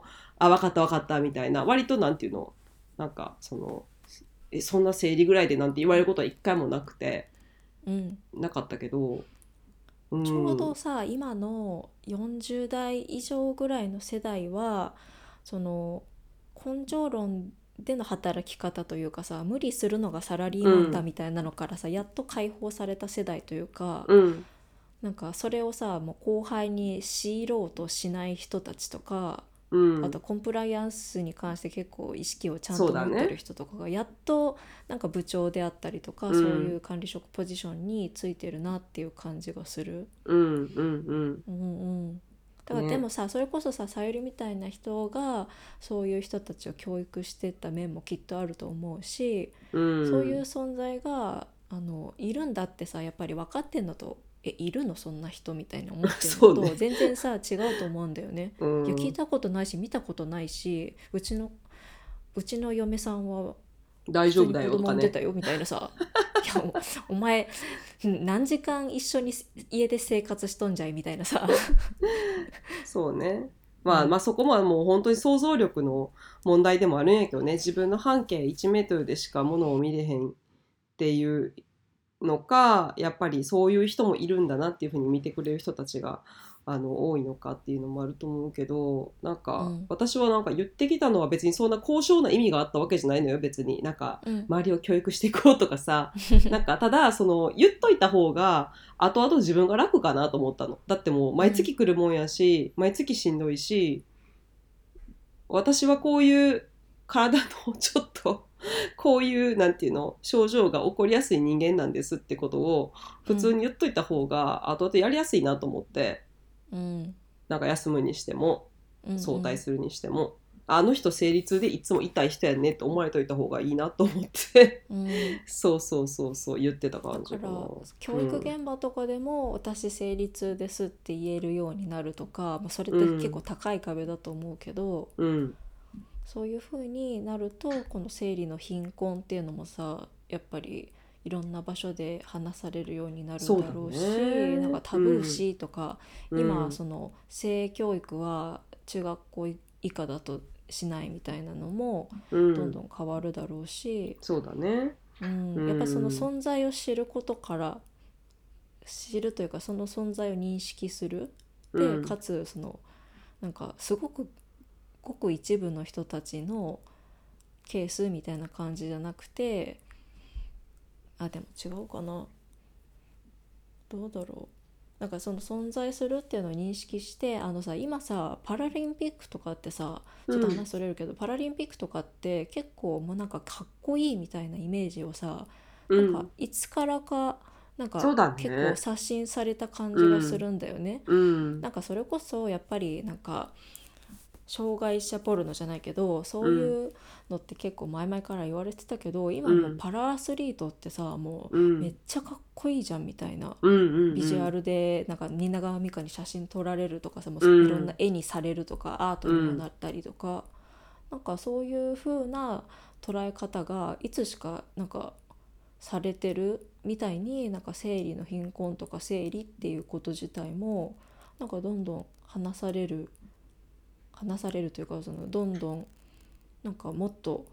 あ分かった分かったみたいな、割となんていうの、なんかそのえそんな生理ぐらいでなんて言われることは一回もなくて、 うん、 なかったけど、うん、 ちょうどさ今のよんじゅう代以上ぐらいの世代はその根性論での働き方というかさ、無理するのがサラリーマンだみたいなのからさ、やっと解放された世代というか、 うん、 なんかそれをさもう後輩に強いろうとしない人たちとか、 うん、 あとコンプライアンスに関して結構意識をちゃんとそうだね持ってる人とかがやっとなんか部長であったりとか、 うんそういう管理職ポジションについてるなっていう感じがする。 うんうんうんうんうん、だからねでもさ、それこそささゆりみたいな人がそういう人たちを教育してった面もきっとあると思うし、 うんそういう存在があのいるんだってさやっぱり分かってんのと、えいるのそんな人みたいに思ってるのそうねと全然さ違うと思うんだよね。 うんいや聞いたことないし見たことないし、うちのうちの嫁さんは大丈夫だよ普通に子とかね。 供産んでたよみたいなさいやおお前何時間一緒に家で生活しとんじゃいみたいなさそうね。まあ、 うんまあそこはもう本当に想像力の問題でもあるんやけどね、自分の半径いちメートルでしかものを見れへんっていうのか、やっぱりそういう人もいるんだなっていうふうに見てくれる人たちがあの多いのかっていうのもあると思うけど、なんか、 うん私はなんか言ってきたのは別にそんな高尚な意味があったわけじゃないのよ。別になんかうん周りを教育していこうとかさなんかただその言っといた方が後々自分が楽かなと思ったの。だってもう毎月来るもんやし、毎月しんどいし、私はこういう体のちょっとこういうなんていうの症状が起こりやすい人間なんですってことを普通に言っといた方が後々やりやすいなと思って、 うんなんか休むにしてもうん早退するにしても、あの人生理痛でいつも痛い人やねって思われといた方がいいなと思ってうん、 そうそうそうそう言ってただ感じかな。 から教育現場とかでも私生理痛ですって言えるようになるとか、まあ、それって結構高い壁だと思うけど、 うんそういう風になるとこの生理の貧困っていうのもさやっぱりいろんな場所で話されるようになるだろうし、 そうだねなんかタブー視とか、 うん今その性教育は中学校以下だとしないみたいなのもうんどんどん変わるだろうし、 そうだね。 うんうんやっぱりその存在を知ることから知るというかその存在を認識するで、 うんかつそのなんかすごくごく一部の人たちのケースみたいな感じじゃなくて、あでも違うかな、どうだろう、なんかその存在するっていうのを認識して、あのさ今さパラリンピックとかってさちょっと話それるけど、パラリンピックとかって結構もうなんかかっこいいみたいなイメージをさ、 うんなんかいつからかなんそうだねか結構刷新された感じがするんだよね、 うんなんかそれこそやっぱりなんか障害者ポルノじゃないけどそういうのって結構前々から言われてたけど、今もうパラアスリートってさもううんめっちゃかっこいいじゃんみたいな、 うんうんビジュアルでなんか蜷川美香に写真撮られるとかさ、もううんいろんな絵にされるとかアートにもなったりとか、なんかそういう風な捉え方がいつしかなんかされてるみたいに、なんか生理の貧困とか生理っていうこと自体もなんかどんどん話される話されるというか、そのどんどんなんかもっと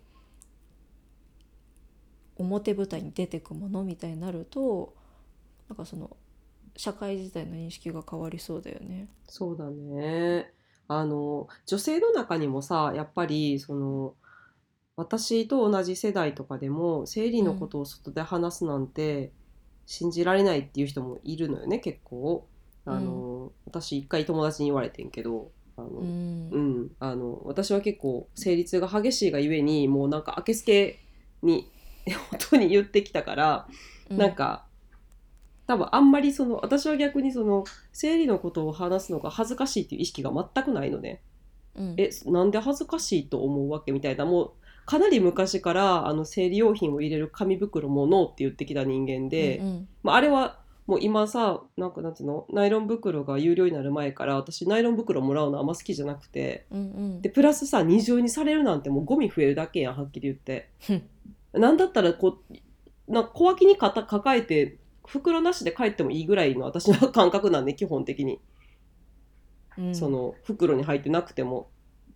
表舞台に出てくものみたいになると、なんかその社会自体の認識が変わりそうだよね。 そうだね。あの女性の中にもさ、やっぱりその私と同じ世代とかでも生理のことを外で話すなんて信じられないっていう人もいるのよね、結構。あの、私一回友達に言われてんけど、あの、 ううんん、あの私は結構生理痛が激しいがゆえにもうなんかあけすけに本当に言ってきたから、 うんなんか多分あんまりその私は逆にその生理のことを話すのが恥ずかしいっていう意識が全くないのね。 うんえなんで恥ずかしいと思うわけみたいな、もうかなり昔からあの生理用品を入れる紙袋もノーって言ってきた人間で、 うんうんまあ、あれはもう今さなんかなんていうのナイロン袋が有料になる前から私ナイロン袋もらうのあんま好きじゃなくて、 うんうんでプラスさ二重にされるなんてもうゴミ増えるだけやん、はっきり言って。なんだったらこうなんか小脇にかた抱えて袋なしで帰ってもいいぐらいの私の感覚なんで、基本的にうんその袋に入ってなくても。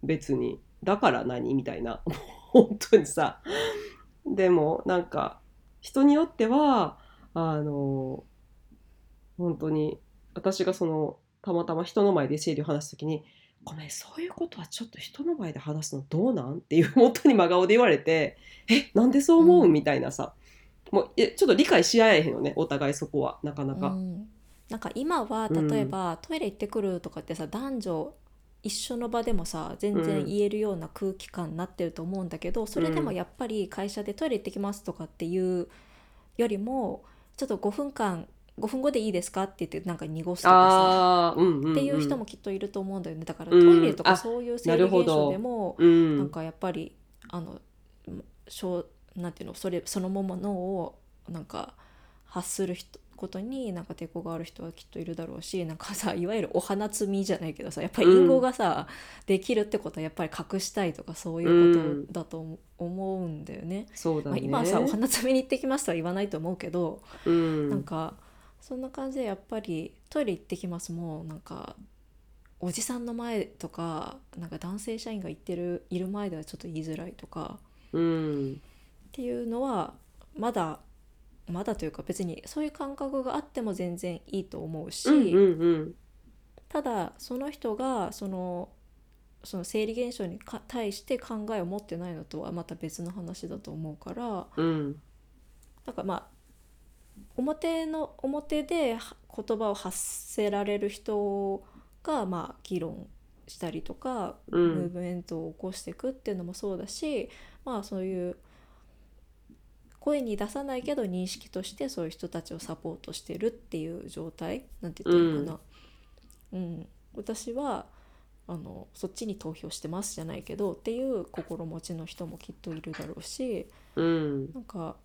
別にだから何みたいな本当にさ。でもなんか人によってはあの本当に私がそのたまたま人の前で生理を話すときに、ごめんそういうことはちょっと人の前で話すのどうなんっていう本当に真顔で言われて、えなんでそう思う、 うんみたいなさ、もうえちょっと理解し合えへんよねお互いそこはなかなか。 うんなんか今は例えば、トイレ行ってくるとかってさ男女一緒の場でもさ全然言えるような空気感になってると思うんだけど、それでもやっぱり会社でトイレ行ってきますとかっていうよりもちょっとごふんかんごふんごでいいですかって言ってなんか濁すとかさあー、うんうんうん、 っていう人もきっといると思うんだよね。だからうんトイレとかあそういうな生理現象るほどでもうんなんかやっぱりあのしょうなんていうのそれそのものをなんか発する人ことになんか抵抗がある人はきっといるだろうし、なんかさいわゆるお花摘みじゃないけどさやっぱり隠語がさ、できるってことはやっぱり隠したいとかそういうことだと思思うんだよね。まあ、 そうだね、 今はさお花摘みに行ってきますとは言わないと思うけど、 うんなんかそんな感じでやっぱりトイレ行ってきますもなんかおじさんの前とかなんか男性社員が言ってるいる前ではちょっと言いづらいとかうんっていうのはまだまだというか別にそういう感覚があっても全然いいと思うし、 うんうんうんただその人がそのその生理現象にか対して考えを持ってないのとはまた別の話だと思うから、 うんなんかまあ表の表では言葉を発せられる人がまあ議論したりとか、 うんムーブメントを起こしていくっていうのもそうだし、まあそういう声に出さないけど認識としてそういう人たちをサポートしてるっていう状態なんて言っていいのかな、うん私はあのそっちに投票してますじゃないけどっていう心持ちの人もきっといるだろうし、 うんなんか、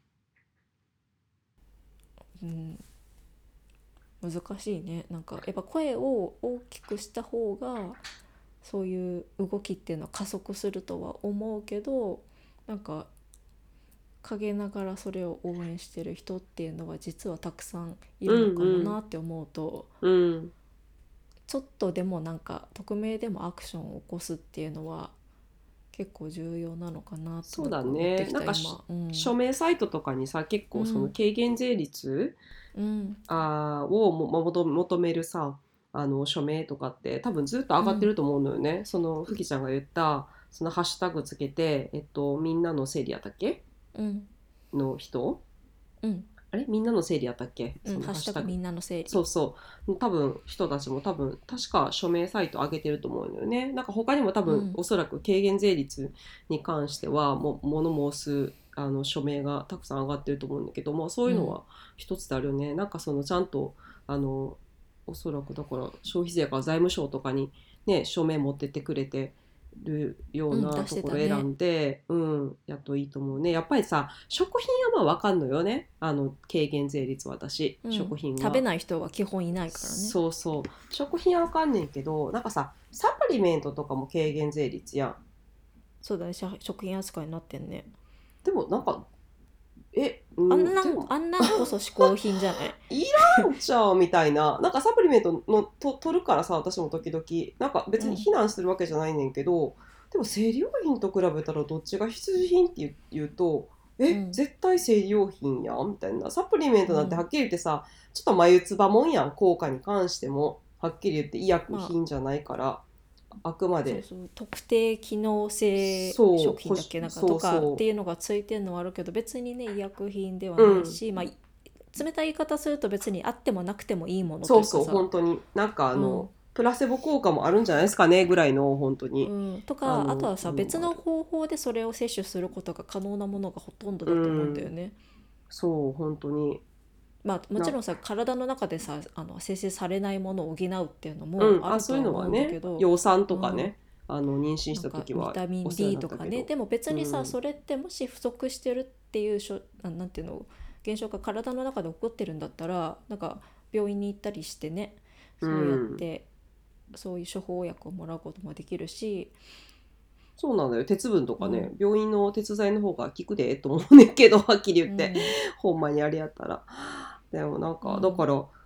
うん、難しいね。なんかやっぱ声を大きくした方がそういう動きっていうのは加速するとは思うけど、なんか陰ながらそれを応援してる人っていうのは実はたくさんいるのかもなって思うと、 うんちょっとでもなんか匿名でもアクションを起こすっていうのは結構重要なのかなとそうだ思ってね。 きたなんかし今。うん署名サイトとかにさ結構その軽減税率、 うんあーをもも求求めるさあの署名とかって多分ずっと上がってると思うのよね。そのふきちゃんが言ったそのハッシュタグつけて、えっと、みんなの生理やったっけうんの人うんあれみんなの生理やったっけ、 うん、 そのハッシュタグみんなの整理。 そうそう多分人たちも多分確か署名サイト上げてると思うのよね。なんか他にも多分、 うんおそらく軽減税率に関してはも物申すあの署名がたくさん上がってると思うんだけども、そういうのは一つであるよね。なんかそのちゃんとあのおそらくだから消費税から財務省とかにね署名持ってってくれてるよううんな出してたねところ選んで、うんやっといいと思うね。やっぱりさ食品はまあ分かんのよね、あの軽減税率は私、 うん食品は食べない人は基本いないからね。 そうそう食品は分かんねんけど、なんかさサプリメントとかも軽減税率やん。 そうだね、しゃ食品扱いになってんね。 でもなんかえ、うあんなでもんあんなんこそ嗜好品じゃないいらんちゃうみたいな、なんかサプリメントのと取るからさ私も時々なんか別に非難するわけじゃないねんけど、でも生理用品と比べたらどっちが必需品って言う言うとえ、 うん絶対生理用品やんみたいな。サプリメントなんてはっきり言ってさ、ちょっと眉唾もんやん。効果に関してもはっきり言って医薬品じゃないから、あくまそうでそう特定機能性そう食品だっけなんかそうとかそうっていうのがついてるのはあるけど別にね医薬品ではないし、まあ冷たい言い方すると別にあってもなくてもいいものというかさ、 そうそう本当になんかあの、 うんプラセボ効果もあるんじゃないですかねぐらいの本当に、 うん、とかあのあとはさうん別の方法でそれを摂取することが可能なものがほとんどだと思うんだよね。 そう本当にまあもちろんさ体の中でさあの生成されないものを補うっていうのもうん、 あるとはあそういうのはね思うんだけど、 葉酸とかね、あの妊娠した時はなんかビタミンお世話 D になったけどとかね。でも別にさ、 うんそれってもし不足してるっていうしょななんていうの現象が体の中で起こってるんだったらなんか病院に行ったりしてね、そうやって、そういう処方薬をもらうこともできるし、 そうなんだよ。鉄分とかね、 うん病院の鉄剤の方が効くでと思うねんけどはっきり言って、 うんほんまにあれやったら。でもなんか、 うんだから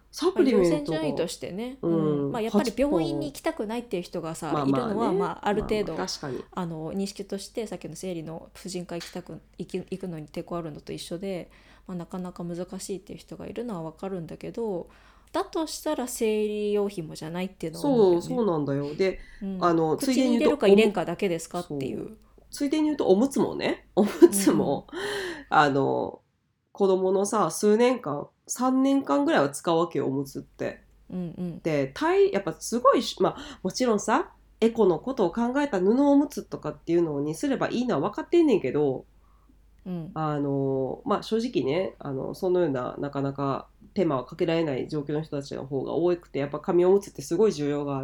サプリ優メントが、 先順位としてね、 ううんん、 まあ、やっぱりはちパー病院に行きたくないっていう人がさ、 まあまあね、 いるのは、まあ、ある程度、 まあまあ確かに。 あの認識としてさっきの生理の婦人科行きたく行き行くのに抵抗あるのと一緒で、まあ、なかなか難しいっていう人がいるのは分かるんだけど、だとしたら生理用品もじゃないっていうのは思うそう、 よね。 そうなんだよ。で、 うん、 あの、つい口に入れるでに言うと、 か入れんかだけですかっていそう。 う。 ついでに言うと、おむつもね、おむうんうんつも、あの、子供のさ、数年間、さんねんかんぐらいは使うわけよ、おむつって。 うんうんで、体、やっぱすごいし、まあ、もちろんさ、エコのことを考えた布おむつとかっていうのにすればいいのは分かってんねんけど、 うんあの、まあ、正直ね、あの、そのような、なかなか手間をかけられない状況の人たちの方が多くて、やっぱ紙おむつってすごい需要があって、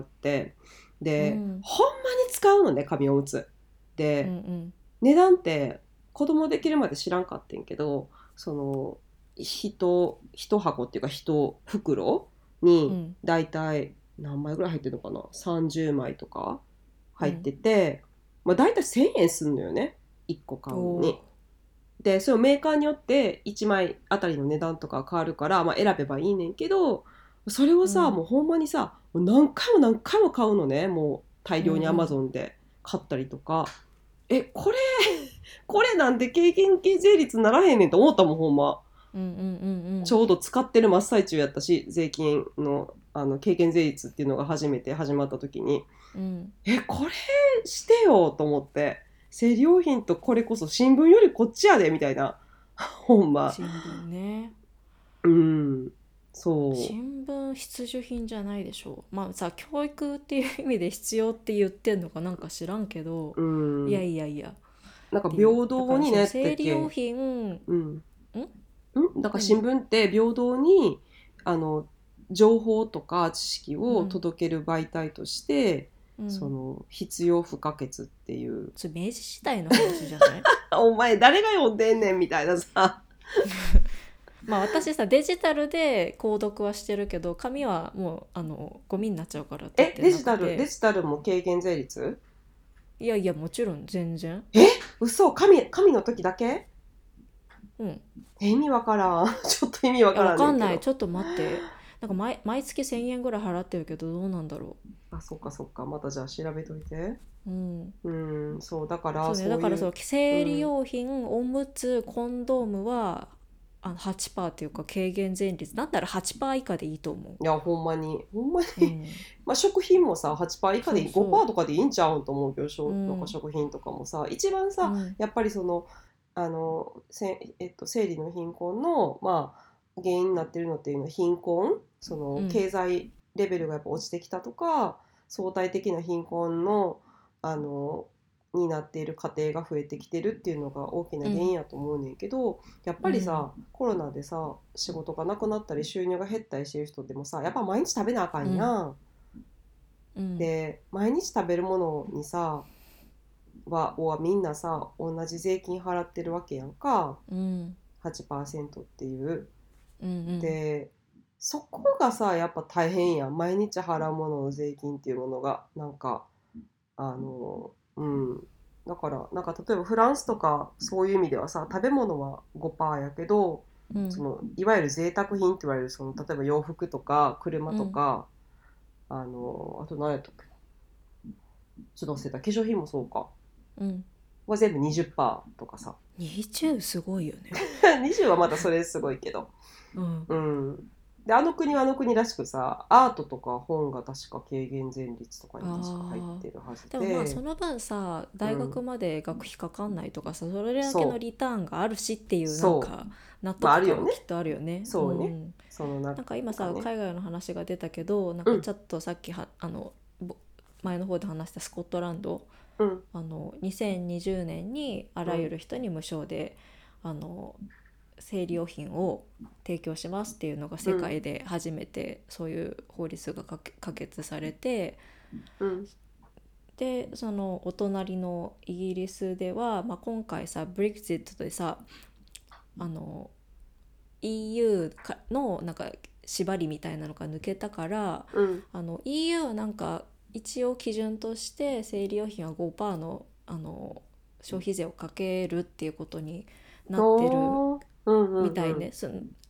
で、 うんほんまに使うのね、紙おむつ。 うんで、 うん値段って子供できるまで知らんかってんけど、その一一箱っていうか一袋にうんだいたい何枚ぐらい入ってるのかな、さんじゅうまいとか入ってうんて、まあ、だいたいせんえんすんのよね、いっこ買うのおーに。でそれをメーカーによっていちまいあたりの値段とか変わるから、まあ、選べばいいねんけど、それをさ、 うんもうほんまにさもう何回も何回も買うのね、もう大量にうんうんアマゾンで買ったりとか。えこれこれなんて経験系税率ならへんねんと思ったもん、ほんま。 うんうんうんうんちょうど使ってる真っ最中やったし、税金のあの経験税率っていうのが初めて始まった時に、 うんえこれしてよと思って、生理用品とこれこそ新聞よりこっちやでみたいな。ほんま。 新聞ね。 うんそ新聞必需品じゃないでしょう。まあさ、教育っていう意味で必要って言ってんのかなんか知らんけど、 う、うん、 いやいやいやなんかっていう。 平だからその等にねって生理用け、 品、んうんんだから新聞って平等にあの情報とか知識を届ける媒体として、 うん、 その必要不可欠っていう、 それ明治時代の話じゃないお前誰が読んでんねんみたいなさ。 まあ私さデジタルで購読はしてるけど、紙はもうあのゴミになっちゃうから取ってなくて。 えデジタルデジタルも軽減税率？ いやいやもちろん全然。 え嘘、紙紙の時だけ？ うんえ意味わからんちょっと意味わいやからんねんけど。 わかんない、ちょっと待って、なんか 毎, 毎月せんえんぐらい払ってるけどどうなんだろあそっかそっか、またじゃあ調べといて。 う。うんうんそうだからそうね、 そういうだからそう生理用品、おむつ、コンドームはあの はちパーセント っていうか軽減税率なんなら はちパーセント 以下でいいと思いやほんまにほんまに、 う、うん、 まあ食品もさ はちパーセント 以下でいい、 そうそうごパーセントとかでいいんちゃうんと思うけど、しょうんなんか食品とかもさ一番さ、 うんやっぱりそのあのせ、えっと、生理の貧困の、まあ、原因になってるのっていうのは貧困、そのうん経済レベルがやっぱ落ちてきたとか、相対的な貧困の、あのになっている家庭が増えてきてるっていうのが大きな原因やと思うねんけど、やっぱりさ、コロナでさ仕事がなくなったり収入が減ったりしてる人でもさやっぱ毎日食べなあかんやん。 うんで毎日食べるものにさははみんなさ同じ税金払ってるわけやんか、 うんはちパーセント っていう。 うんうんでそこがさやっぱ大変やん、毎日払うものの税金っていうものがなんかあのうんだからなんか例えばフランスとかそういう意味ではさ食べ物は ごパーセント やけど、 うんそのいわゆる贅沢品って言われるその例えば洋服とか車とか、あのあと何やったっけ、ちょっと忘れた、化粧品もそうかうんは全部 にじゅっパーセント とかさにじゅうすごいよね。 にじゅうはまたそれすごいけど、 うんうんであの国はあの国らしくさアートとか本が確か軽減税率とかに確か入ってるはずで、 でもまあその分さ大学まで学費かかんないとかさ、それだけのリターンがあるしっていうなんか納得まああるよね感はきっとあるよね。 そうねんそのななんか今さね海外の話が出たけど、なんかちょっとさっきはあのぼ前の方で話したスコットランド、 うんあのにせんにじゅうねんにあらゆる人に無償で、あの生理用品を提供しますっていうのが世界で初めてそういう法律が可可決されて、 うんでそのお隣のイギリスでは、まあ、今回さブレグジットでさあの イーユー かのなんか縛りみたいなのが抜けたから、 うんあの イーユー はなんか一応基準として生理用品は ごパーセント の, あの消費税をかけるっていうことになってるおーうんうんうんみたいね。そ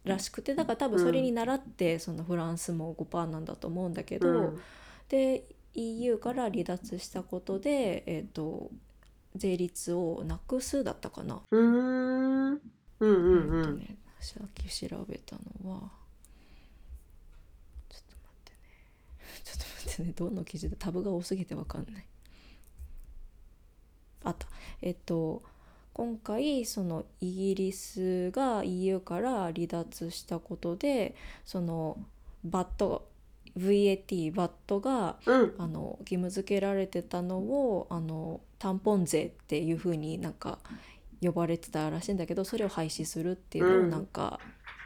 らしくて、だから多分それに倣ってそのフランスも ごパーセント なんだと思うんだけど、 うんで イーユー から離脱したことで、えーと、税率をなくすだったかな。 うーんうんうんうんえっとね、さっき調べたのはちょっと待ってねちょっと待ってねどの記事でタブが多すぎて分かんない。あった。えっと今回そのイギリスが イーユー から離脱したことで、そのバット ブイエーティー バットがうんあの義務付けられてたのをあのタンポン税っていう風になんか呼ばれてたらしいんだけど、それを廃止するっていうのをなんか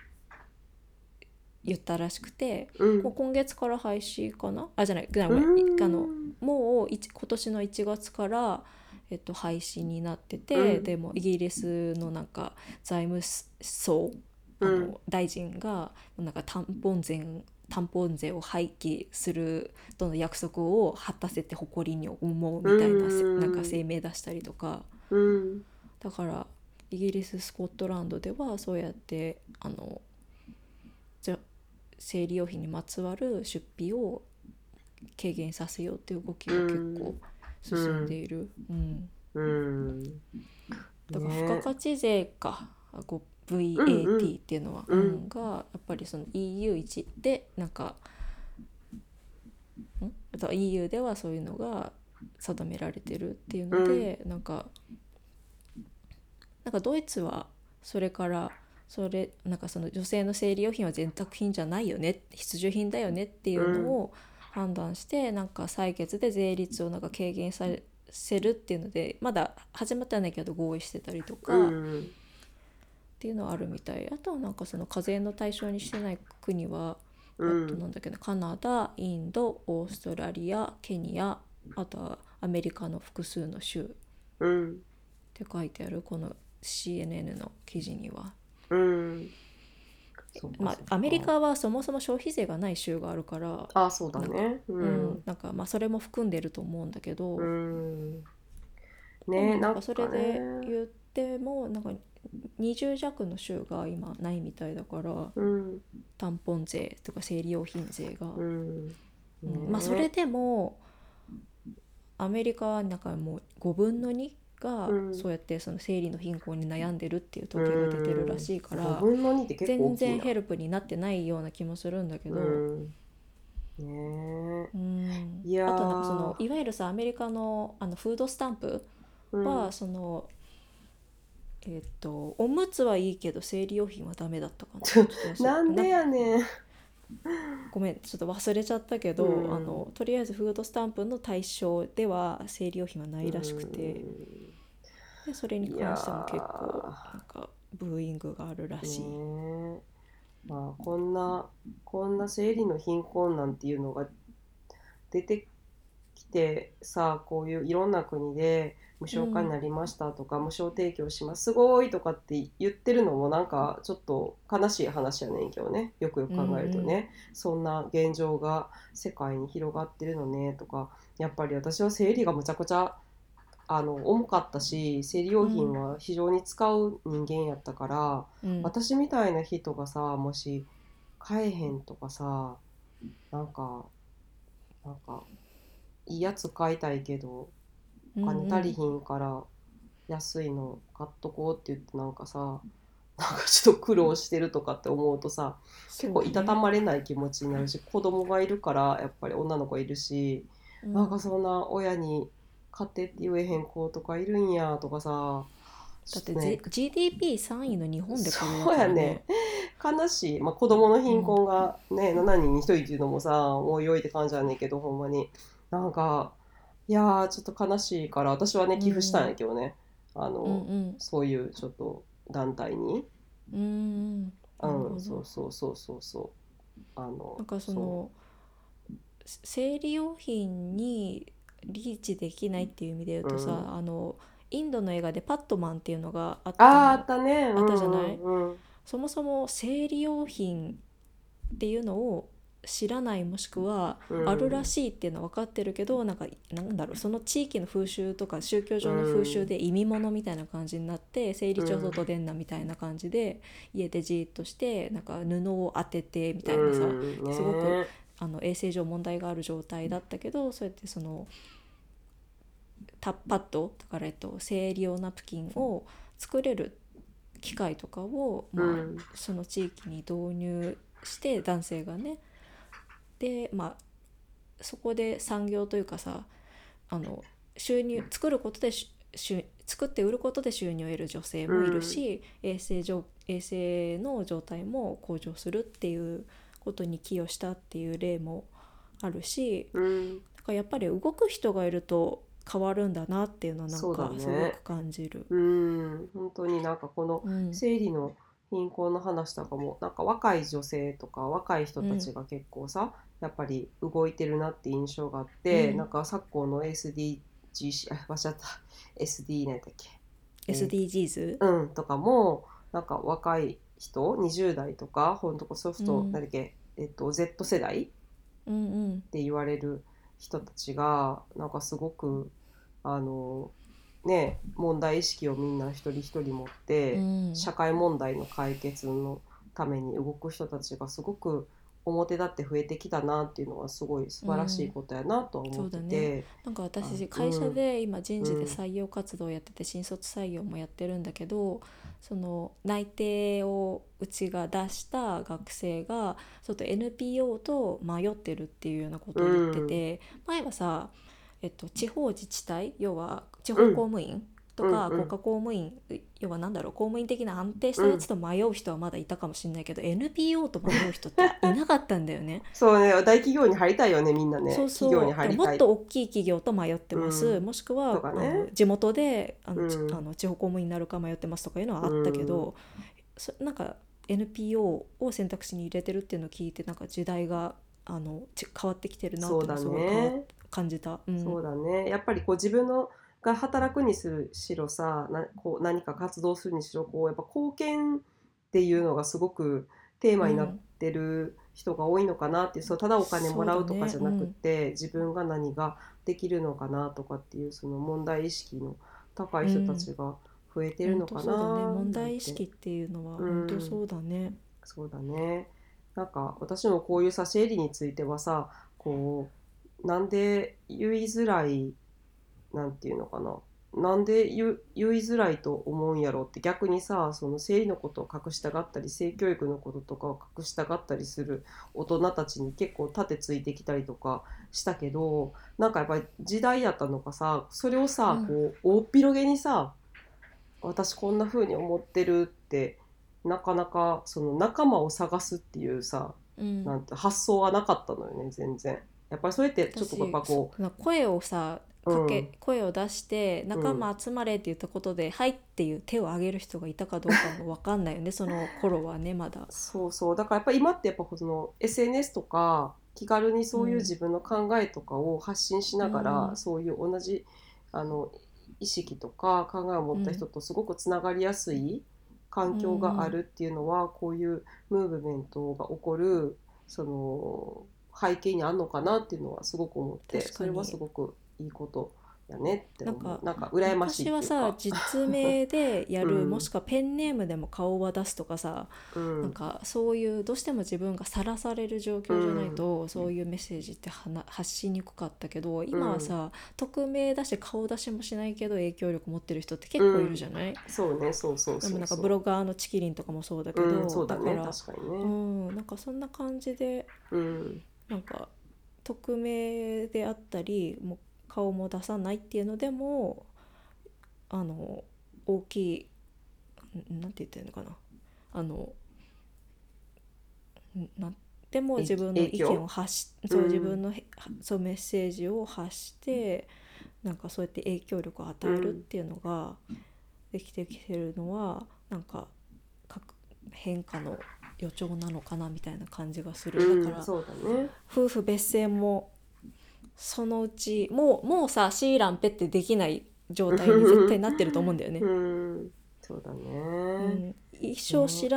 言ったらしくて、 うんもう今月から廃止かなあじゃないごめんうんあのもういち今年のいちがつから、えっと、廃止になってて、 うんでもイギリスのなんか財務省あの、 うん、 大臣がなんかタンポン税タンポン税を廃棄するとの約束を果たせて誇りに思うみたいな、 うんなんか声明出したりとか、 うんだからイギリススコットランドではそうやってあのじゃ生理用品にまつわる出費を軽減させようっていう動きが結構進んでいる、うんうん、 だからね付加価値税か、こう ブイエーティー っていうのは、 うんうんうんがやっぱりその イーユーいち でなんかんあと イーユー ではそういうのが定められてるっていうので、なんかなんかドイツはそれからそれなんかその女性の生理用品は贅沢品じゃないよね、必需品だよねっていうのを判断して、なんか採決で税率をなんか軽減させるっていうのでまだ始まってはないけど合意してたりとかっていうのはあるみたい。あとはなんかその課税の対象にしてない国は、あとなんだっけな、カナダ、インド、オーストラリア、ケニア、あとはアメリカの複数の州って書いてあるこの シーエヌエヌ の記事には。 うん、 まあ、アメリカはそもそも消費税がない州があるから、 あ、そうだね。 うん、なんかまあそれも含んでると思うんだけど、 うん、 でね、 もなんかそれなんかねで言ってもなんかにじゅう弱の州が今ないみたいだから、 うんタンポン税とか生理用品税が、 うんね、 うんまあそれでもアメリカはなんかもうごぶんのにがうんそうやってその生理の貧困に悩んでるっていう時が出てるらしいから、 ごぶんのにって結構大全きいな。 然ヘルプになってないような気もするんだけど、 うんねうんいやーあとなんかそのいわゆるさアメリカのあのフードスタンプは、 うん、 そのえっとおむつはいいけど生理用品はダメだったかな。ちょっと忘れなんでやねん。 ごめんちょっと忘れちゃったけど、 うんあのとりあえずフードスタンプの対象では生理用品はないらしくて、でそれに関しても結構なんかブーイングがあるらしい。 ねまあ、こんなこんな生理の貧困なんていうのが出てきてさ、こういういろんな国で無償化になりましたとか、無償提供しますすごいとかって言ってるのもなんかちょっと悲しい話やねんけどね、よくよく考えるとね、そんな現状が世界に広がってるのねとか。やっぱり私は生理がむちゃくちゃあの重かったし、生理用品は非常に使う人間やったから、 うん私みたいな人がさ、もし買えへんとかさ、なんかなんかいいやつ買いたいけどお金足りひんから安いの買っとこうって言ってなんかさ、なんかちょっと苦労してるとかって思うとさ、結構いたたまれない気持ちになるし、子供がいるからやっぱり女の子いるし、 うんなんかそんな親に買ってって言えへん子とかいるんやとかさ、 だって、 ね、 ジーディーピーさん 位の日本でこれだそうからね。 やね、悲しい、まあ、子供の貧困がね、ななにんにひとりっていうのもさ、もう良いって感じやねんけど、ほんまになんかいやーちょっと悲しいから私はね寄付したんやけどね、あの、 うんうんそういうちょっと団体に、 うんうんなるほどうん、そうそうそうそうそうあのなんかその生理用品にリーチできないっていう意味で言うとさ、 うんあのインドの映画でパットマンっていうのがあっあーあたのったね、 あったじゃない、 うんうんそもそも生理用品っていうのを知らないもしくはうんあるらしいっていうのは分かってるけど、なんかなんだろう、その地域の風習とか宗教上の風習で意味物みたいな感じになって生理帳外出んなみたいな感じで家でじーっとしてなんか布を当ててみたいなさ、 うんねすごくあの衛生上問題がある状態だったけど、そうやってそのタッパッドだから、えっと、生理用ナプキンを作れる機械とかを、まあうんその地域に導入して男性がね、でまあそこで産業というかさ、あの収入作ることでし収作って売ることで収入を得る女性もいるし、衛生上衛生の状態も向上するっていうことに寄与したっていう例もあるし、 うんだからやっぱり動く人がいると変わるんだなっていうのはなんそうだねかすごく感じる。 うん本当になんかこのうん生理の貧困の話とかもなんか若い女性とか若い人たちが結構さ、やっぱり動いてるなって印象があって、 うんなんか昨今の エスディージー あ間違った エスディー なんだっけ、 エスディージーズ、 うんとかもなんか若い人にじゅう代とかほんとこソフト、 うんなんだっけ、えっと、Z 世代っうんうんて言われる人たちがなんかすごくあのね問題意識をみんな一人一人持って、 うん社会問題の解決のために動く人たちがすごく表立って増えてきたなっていうのはすごい素晴らしいことやなとは思ってそうだて、 ねなんかあ私会社で今人事うんで採用活動をやってて新卒採用もやってるんだけど、その内定をうちが出した学生がちょっと エヌピーオー と迷ってるっていうようなことを言ってて、前はさ、えっと、地方自治体要は地方公務員とかうんうん国家公務員、要はなんだろう公務員的な安定したやつと迷う人はまだいたかもしれないけど、エヌピーオー と迷う人っていなかったんだよね。 そうね大企業に入りたいよねみんなね。 そうそう、 企業に入りたいもっと大きい企業と迷ってます、 うんもしくは、 とかねあの地元であの、ちうんあの地方公務員になるか迷ってますとかいうのはあったけど、そなんか エヌピーオー を選択肢に入れてるっていうのを聞いて、なんか時代があのち変わってきてるなっていうのをすごい変わそうだね感じた。うんそうだねやっぱりこう自分のが働くにするしろさなこう何か活動するにしろこうやっぱ貢献っていうのがすごくテーマになってる人が多いのかなっていう、そうただお金もらうとかじゃなくて、自分が何ができるのかなとかっていうその問題意識の高い人たちが増えてるのかな、 本当そうだね、 なんて問題意識っていうのはうん本当そうだね。 そうだねなんか私もこういうさ生理についてはさこうなんで言いづらいなんていうのかななんで言う言いづらいと思うんやろって逆にさその生理のことを隠したがったり性教育のこととかを隠したがったりする大人たちに結構盾ついてきたりとかしたけど、なんかやっぱり時代やったのかさそれをさ、 うんこう大っ広げにさ私こんな風に思ってるってなかなかその仲間を探すっていうさうんなんて発想はなかったのよね全然。やっぱりそれってちょっとやっぱこ私声をさかけ、 うん声を出して仲間集まれって言ったことで、はいっていう手を挙げる人がいたかどうかも分かんないよねその頃はねまだう。そうそうだからやっぱり今ってやっぱその エスエヌエス とか気軽にそういう自分の考えとかを発信しながら、 うんそういう同じあの意識とか考えを持った人とすごくつながりやすい環境があるっていうのは、こういうムーブメントが起こるその背景にあるのかなっていうのはすごく思って確かにそれはすごくいいことやねって思う。 なんかなんか羨ましいっていうか昔はさ実名でやる、 うんもしくはペンネームでも顔は出すとかさ、 うんなんかそういうどうしても自分がさらされる状況じゃないと、そういうメッセージってはな発しにくかったけど今はさ、匿名だし顔出しもしないけど影響力持ってる人って結構いるじゃない、 そうねそうそうそうそうでもなんかブロガーのチキリンとかもそうだけど、 うん、そうだねから確かにね、 うん、なんかそんな感じでうんなんか匿名であったりもう顔も出さないっていうのでもあの大きいなんて言ってるのかなあのなんでも自分の意見を発しそううん自分のへそうメッセージを発してなんかそうやって影響力を与えるっていうのができてきてるのはなんか各変化の予兆なのかなみたいな感じがする。 うんだからそうだね夫婦別姓もそのうちもうもうさシーランペってできない状態に絶対なってると思うんだよね、 うんそうだうね、 ん、一生知らん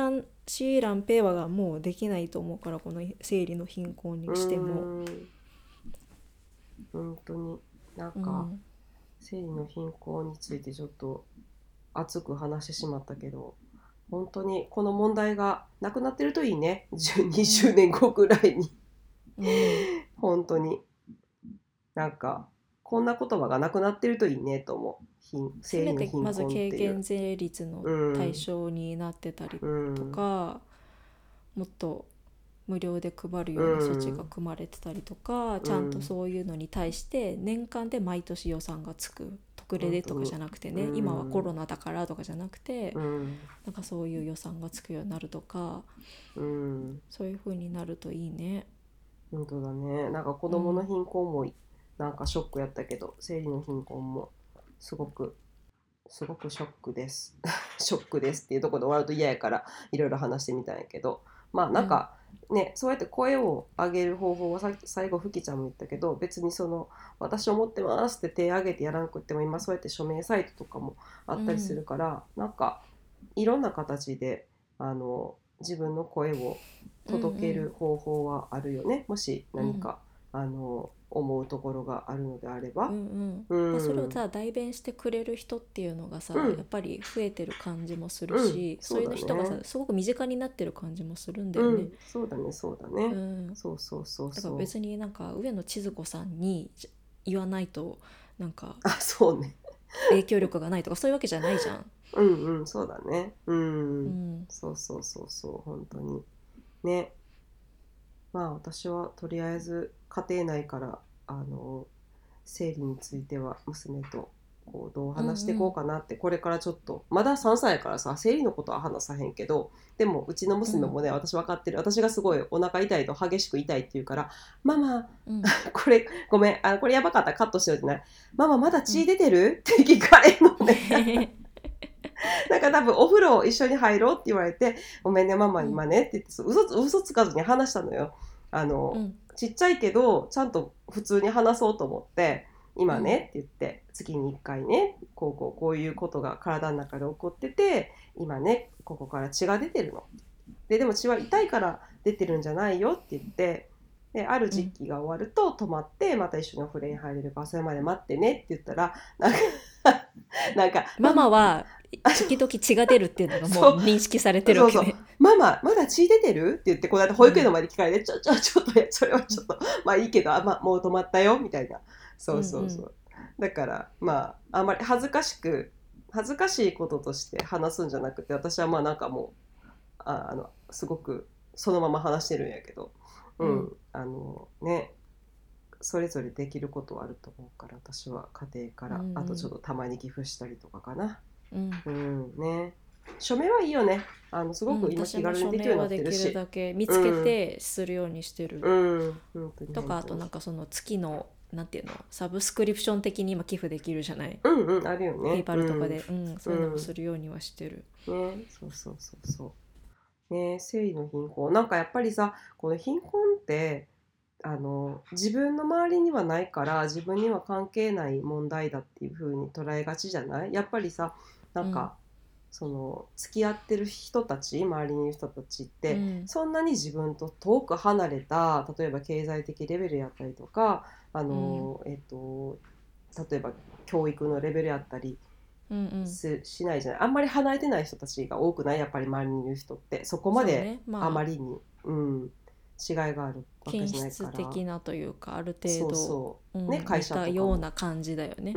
シーランペイワがもうできないと思うから、この生理の貧困にしても。 うーん本当になんか、 うん生理の貧困についてちょっと熱く話してしまったけど、本当にこの問題がなくなってるといいね。じゅうにじゅうねんごぐらいにうん本当になんかこんな言葉がなくなってるといいねと思う。貧せめ生理の貧てまず困っていう。 軽減税率の対象になってたりうんとか、もっと無料で配るような措置が組まれてたりとか、 うんちゃんとそういうのに対して年間で毎年予算がつく、特例でとかじゃなくてね、 うん今はコロナだからとかじゃなくて、 うんなんかそういう予算がつくようになるとか、 うんそういう風になるといいね。 本当だね。なんか子供の貧困もなんかショックやったけど、生理の貧困もすごくすごくショックですショックですっていうところで終わると嫌やからいろいろ話してみたんやけど、まあなんかね、そうやって声を上げる方法はさ最後ふきちゃんも言ったけど、別にその私思ってますって手挙げてやらなくっても、今そうやって署名サイトとかもあったりするから、なんかいろんな形であの自分の声を届ける方法はあるよね、もし何か、あの思うところがあるのであれば、 うんうんうんまあ、それをさ代弁してくれる人っていうのがさ、 うんやっぱり増えてる感じもするし、 うんそういうそうだね人がさすごく身近になってる感じもするんだよね。 うん、そうだねそうだね、 うんそうそうそうだからそう、 別になんか上野千鶴子さんに言わないとなんかあそうね影響力がないとかそういうわけじゃないじゃん。 うんうんそうだねうん、 うんそうそうそうそう本当にね。まあ私はとりあえず家庭内からあの生理については娘とこうどう話していこうかなって、これからちょっとまださんさいやからさ生理のことは話さへんけど、でもうちの娘もね、私分かってる。私がすごいお腹痛いと激しく痛いって言うから「ママうんこれごめんあこれやばかったらカットしようじゃない、ママまだ血出てる?」って聞かれるのねなんか多分お風呂一緒に入ろうって言われて「ごめんねママ今ね」って言ってそう嘘つ嘘つかずに話したのよ。あの、 うんちっちゃいけどちゃんと普通に話そうと思って「今ね」って言って「月にいっかいねこうこうこういうことが体の中で起こってて今ねここから血が出てるの」ででも血は痛いから出てるんじゃないよって言って、である時期が終わると止まってまた一緒にお風呂に入れるからそれまで待ってねって言ったらなんかなんかママは時々血が出るっていうのがそうもう認識されてるわけね。 そうそうママまだ血出てるって言ってこの間保育園の前で聞かれて、うん、ちょちょちょっとそれはちょっとまあいいけどあ、ま、もう止まったよみたいな。そうそうそう、うんうん、だからまああんまり恥ずかしく恥ずかしいこととして話すんじゃなくて、私はまあなんかもうああのすごくそのまま話してるんやけど、うん、うん、あのねそれぞれできることはあると思うから、私は家庭から、うんうん、あとちょっとたまに寄付したりとかかな。うんうんね、署名はいいよね。あのすごく今気軽にできるようになってるし、 うん、私も署名はできるだけ見つけてするようにしてる、 うんうん、 とかあとなんかその月のなんていうのサブスクリプション的に今寄付できるじゃない、 うんうん、あるよね、 ペイパルとかで、うんうん、そういうのもするようにはしてる、 うん、ね、そうそうそうそうね。生理の貧困なんかやっぱりさ、この貧困ってあの自分の周りにはないから自分には関係ない問題だっていう風に捉えがちじゃない？やっぱりさなんか、うん、その付き合ってる人たち周りにいる人たちって、うん、そんなに自分と遠く離れた例えば経済的レベルやったりとかあの、うん、えっと例えば教育のレベルやったりうんうん、 しないじゃない。あんまり離れてない人たちが多くない？やっぱり周りにいる人ってそこまで、ねまあ、あまりに、うん、違いがあるわけじゃないから、 均質的なというかある程度そうそう、ね、 うん、 会社とかも似たような感じだよね、 うん、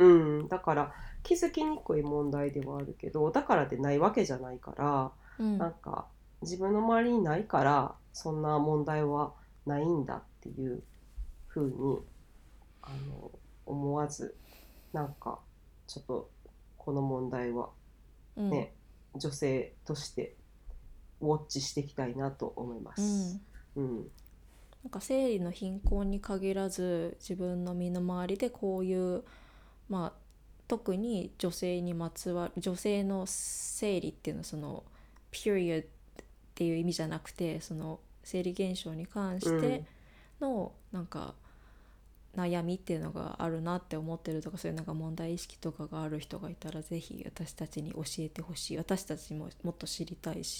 だから気づきにくい問題ではあるけどだからでないわけじゃないから、うん、なんか自分の周りにないからそんな問題はないんだっていうふうにあの思わずなんかちょっとこの問題はね、うん、女性としてウォッチしていきたいなと思います、うんうん、 なんか生理の貧困に限らず自分の身の回りでこういうまあ特に女性にまつわる女性の生理っていうのはその period っていう意味じゃなくてその生理現象に関してのなんか悩みっていうのがあるなって思ってるとかそういうなんか問題意識とかがある人がいたらぜひ私たちに教えてほしい。私たちももっと知りたいし、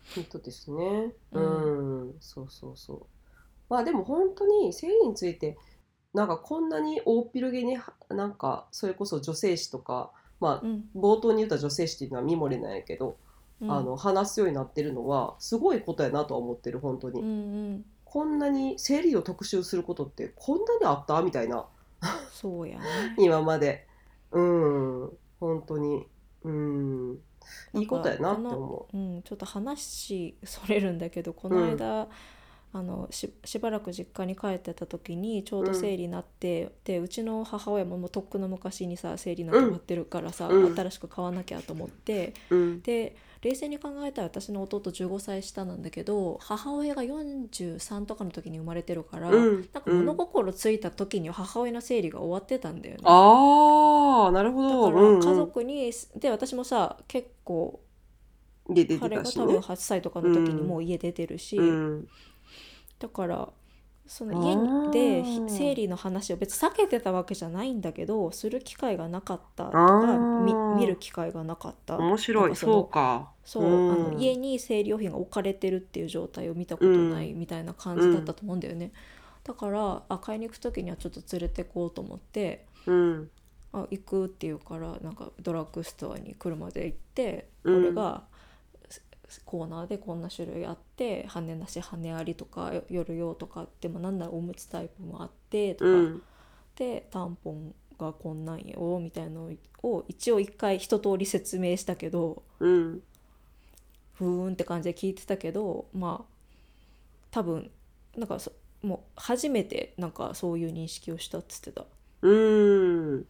本当ですね。 ううんん、そうそうそう。まあでも本当に生理についてなんかこんなに大っ広げにはなんかそれこそ女性誌とか、まうんあ冒頭に言った女性誌っていうのはミモレなんやけど、あうんの話すようになってるのはすごいことやなとは思ってる本当に。 うんうんこんなに生理を特集することってこんなにあったみたいなそうやね。 今まで。うん本当にうんなんいいことやなかこの、 って思うん、ちょっと話それるんだけど、こう。うんの間あのししばらく実家に帰ってた時にちょううんど生理になって、でうちの母親ももうとっくの昔にさ生理なんうんて終わってるからさ、 うん新しく買わなきゃと思って、 うんで冷静に考えたら私の弟じゅうごさい下なんだけど、母親がよんじゅうさんとかの時に生まれてるから、 うんなんか物うん。 心ついた時には母親の生理が終わってたんだよね。 ああなるほだど。うから家んうん。 族に、で私もさ結構で出て彼たしね。 が多分はっさいとかうの時にもんう家出てるし、 うんだからそのあ家にでひ生ー理の話を別に避けてたわけじゃないんだけど、する機会がなかったあとか、見、見るー機会がなかった。 面なん白いそうかそのか。うそうあのん家に生理用品が置かれてるっていう状態を見たうことないんみたいな感うんじだったと思うんだよね。だからあ買いに行く時にはちょっと連れてこうと思って、 うんあ行くっていうからなんかドラッグストアに車で行って、 うんこれがコーナーでこんな種類あって、羽なし羽ありとか夜用とかあって、もなんならおむつタイプもあってとかうんで、タンポンがこんなんよみたいなのを一応一回一通り説明したけど、 うんふーんって感じで聞いてたけど、まあ多分なんかそもう初めてなんかそういう認識をしたっつってた。 うん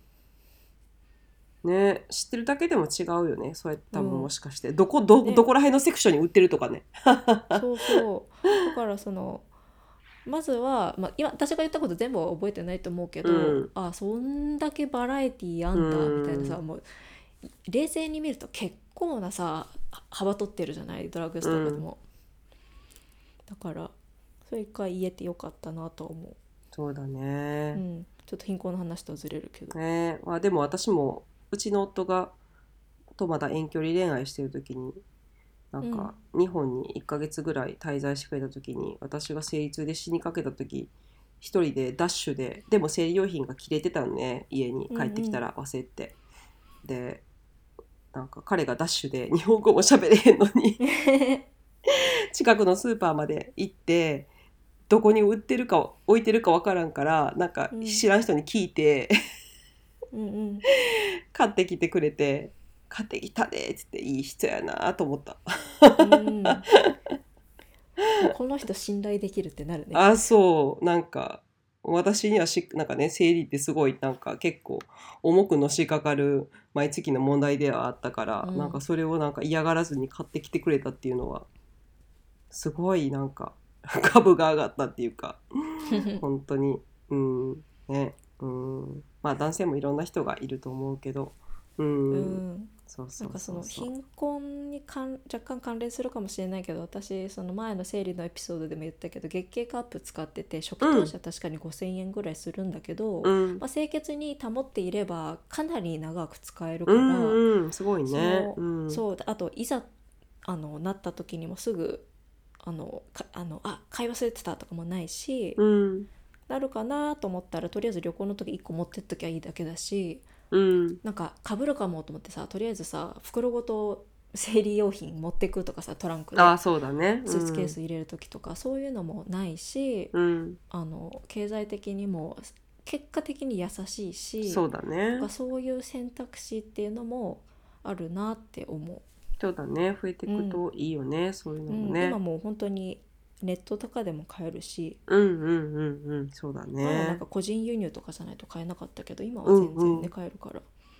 ね知ってるだけでも違うよね。そうやって多分もうんしかしてどこどどね、 こら辺のセクションに売ってるとかね。 そうそうだからそのまずは、まあ、今私が言ったこと全部は覚えてないと思うけうど、 んあそんだけバラエティーあうんだみたいなさ、 んもう冷静に見ると結構なさ幅取ってるじゃない、ドラッグスうんトアでも。だからそれ一回言えてよかったなと思そうだう。うね。 ん、ちょっと貧困の話とはずれるけど。 ねまあでも私もうちの夫がとまだ遠距離恋愛してる時になんうんか日本にいっかげつぐらい滞在してくれた時に私が生理痛で死にかけた時一人でダッシュででも生理用品が切れてたのね家にうん帰ってきたら忘れてでなんか彼がダッシュで日本語も喋れへんのに近くのスーパーまで行ってどこに売ってるか置いてるかわからんからなんかうん知らん人に聞いてうんうん買ってきてくれて買ってきたでっつっていい人やなと思った。 うんこの人信頼できるってなるね。 あ、そうなんか私にはしなんかね生理ってすごいなんか結構重くのしかかる毎月の問題ではあったから、 うんなんかそれをなんか嫌がらずに買ってきてくれたっていうのはすごいなんか株が上がったっていうか本当にうんねうんまあ男性もいろんな人がいると思うけどううんんそうそうなんかそそうそうの貧困にかん若干関連するかもしれないけど、私その前の生理のエピソードでも言ったけど月経カップ使ってて、初期投資は確かにごせんえんぐらいするんだけど、 うんまあ、清潔に保っていればかなり長く使えるうから、 んうんすごいそねのうんそうあといざあのなった時にもすぐあのかあのあ買い忘れてたとかもないし、 うんなるかなと思ったらとりあえず旅行の時いっこ持ってっときゃいいだけだし、 うんなんか被るかもと思ってさ、とりあえずさ袋ごと生理用品持ってくとかさ、トランクであそうだねスーツケース入れる時とか、そういうのもないし、 うんあの経済的にも結果的に優しいし、 そうだなんねかそういう選択肢っていうのもあるなって思そうだね増えていくといいよね、そういうう、うん、 のもね今もう本当にネットとかでも買えるし、 うんうんうんうんそうだ前はなんねか個人輸入とかじゃないと買えなかったけど、今は全然うんうんね買えるから。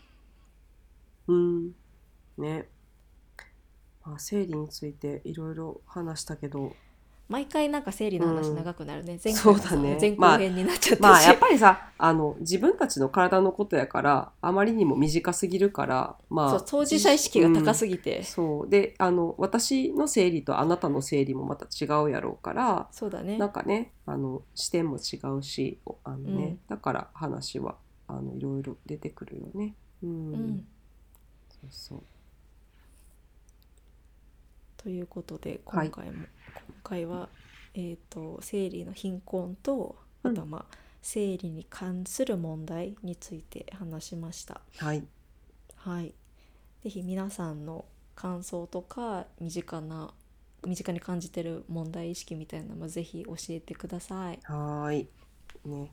うんねまあ生理についていろいろ話したけど毎回なんか生理の話長くなるね、前そう回もさ、 だね前後編になっちゃったし、 まあやっぱりさあの自分たちの体のことやからあまりにも短すぎるからまあそう当事者意識が高すぎて、 うん、そうであの私の生理とあなたの生理もまた違うやろうからそうだねなんかねあの視点も違うしあの、ねうんだから話はあのいろいろ出てくるよね。うん、 うんそうそうということで今回も、はい、今回は、えーと、生理の貧困とあとは、まあ、うん、生理に関する問題について話しました。 はい、 はい、ぜひ皆さんの感想とか身近な身近に感じてる問題意識みたいなのもぜひ教えてください。 はいね。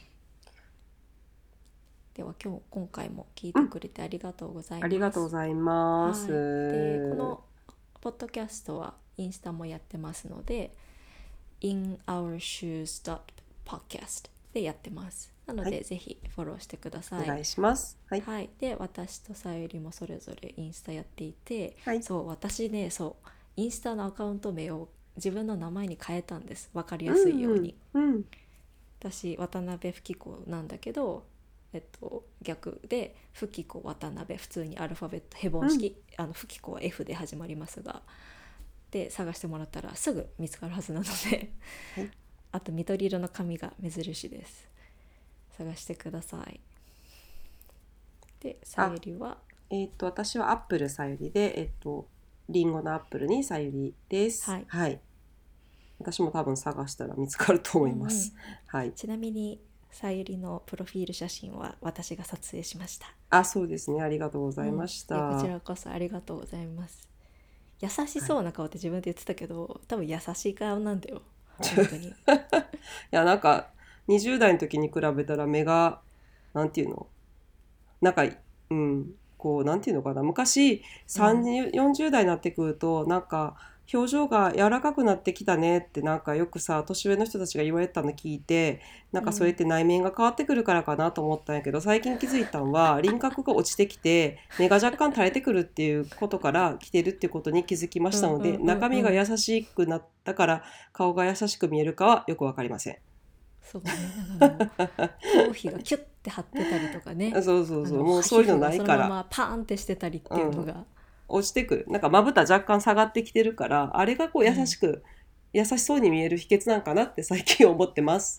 では今日今回も聞いてくれてありがとうございます。 うん、ありがとうございます。 はい、でこのポッドキャストはインスタもやってますので インアウアシューズドットポッドキャスト でやってます。なので、はい、ぜひフォローしてください。 お願いします。 はい。はい、で私とさゆりもそれぞれインスタやっていて、 はい、 そう私ねそうインスタのアカウント名を自分の名前に変えたんです。分かりやすいように。 うんうん、 私渡辺ふき子なんだけど、えっと、逆でふき子渡辺普通にアルファベットヘボン式、うん、あのふき子は F で始まりますがで探してもらったらすぐ見つかるはずなので、はい、あと緑色の紙が目印です。探してください。でさゆりはえー、っと私はアップルさゆりで、えっとリンゴのアップルにさゆりです。 はい、 はい、私も多分探したら見つかると思います。うんうん、はい。 ちなみにさゆりのプロフィール写真は私が撮影しました。 あ、そうですね。ありがとうございました。 うん、こちらこそありがとうございます。優しそうな顔って自分で言ってたけど、はい、多分優しい顔なんだよ。本当に。いやなんかにじゅう代の時に比べたら目がなんていうのなんかうんこうなんていうのかな昔さんじゅう、うん、よんじゅう代になってくるとなんか表情が柔らかくなってきたねってなんかよくさ年上の人たちが言われたの聞いてなんかそれって内面が変わってくるからかなと思ったんやけど、うん、最近気づいたのは輪郭が落ちてきて目が若干垂れてくるっていうことから来てるっていうことに気づきましたので、うんうんうんうん、中身が優しくなったから顔が優しく見えるかはよくわかりません。 そうね、なんかもう頭皮がキュッて張ってたりとかねそうそうそうもうそういうのないからそのままパーンってしてたりっていうのが、うん落ちてくるなんかまぶた若干下がってきてるからあれがこう優しく、うん、優しそうに見える秘訣なんかなって最近思ってます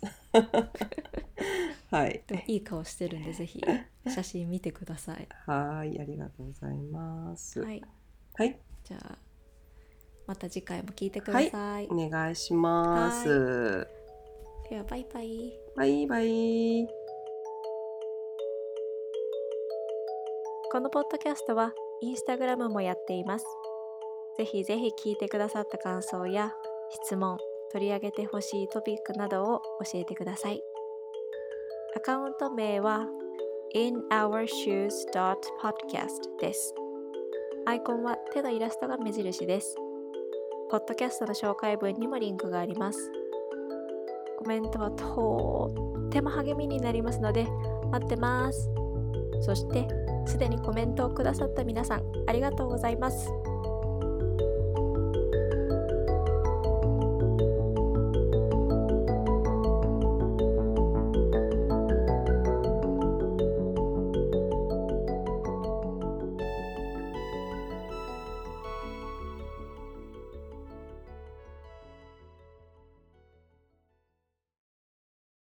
はいでもいい顔してるんでぜひ写真見てください。 はいありがとうございます。 はい、 はい、 じゃあまた次回も聞いてください。 はい、お願いします。 ではバイバイ。 バイバイ。 このポッドキャストはインスタグラムもやっています。ぜひぜひ聞いてくださった感想や質問、取り上げてほしいトピックなどを教えてください。アカウント名は インアウアシューズドットポッドキャスト です。アイコンは手のイラストが目印です。ポッドキャストの紹介文にもリンクがあります。コメントはとっても励みになりますので待ってます。そしてすでにコメントをくださった皆さんありがとうございます。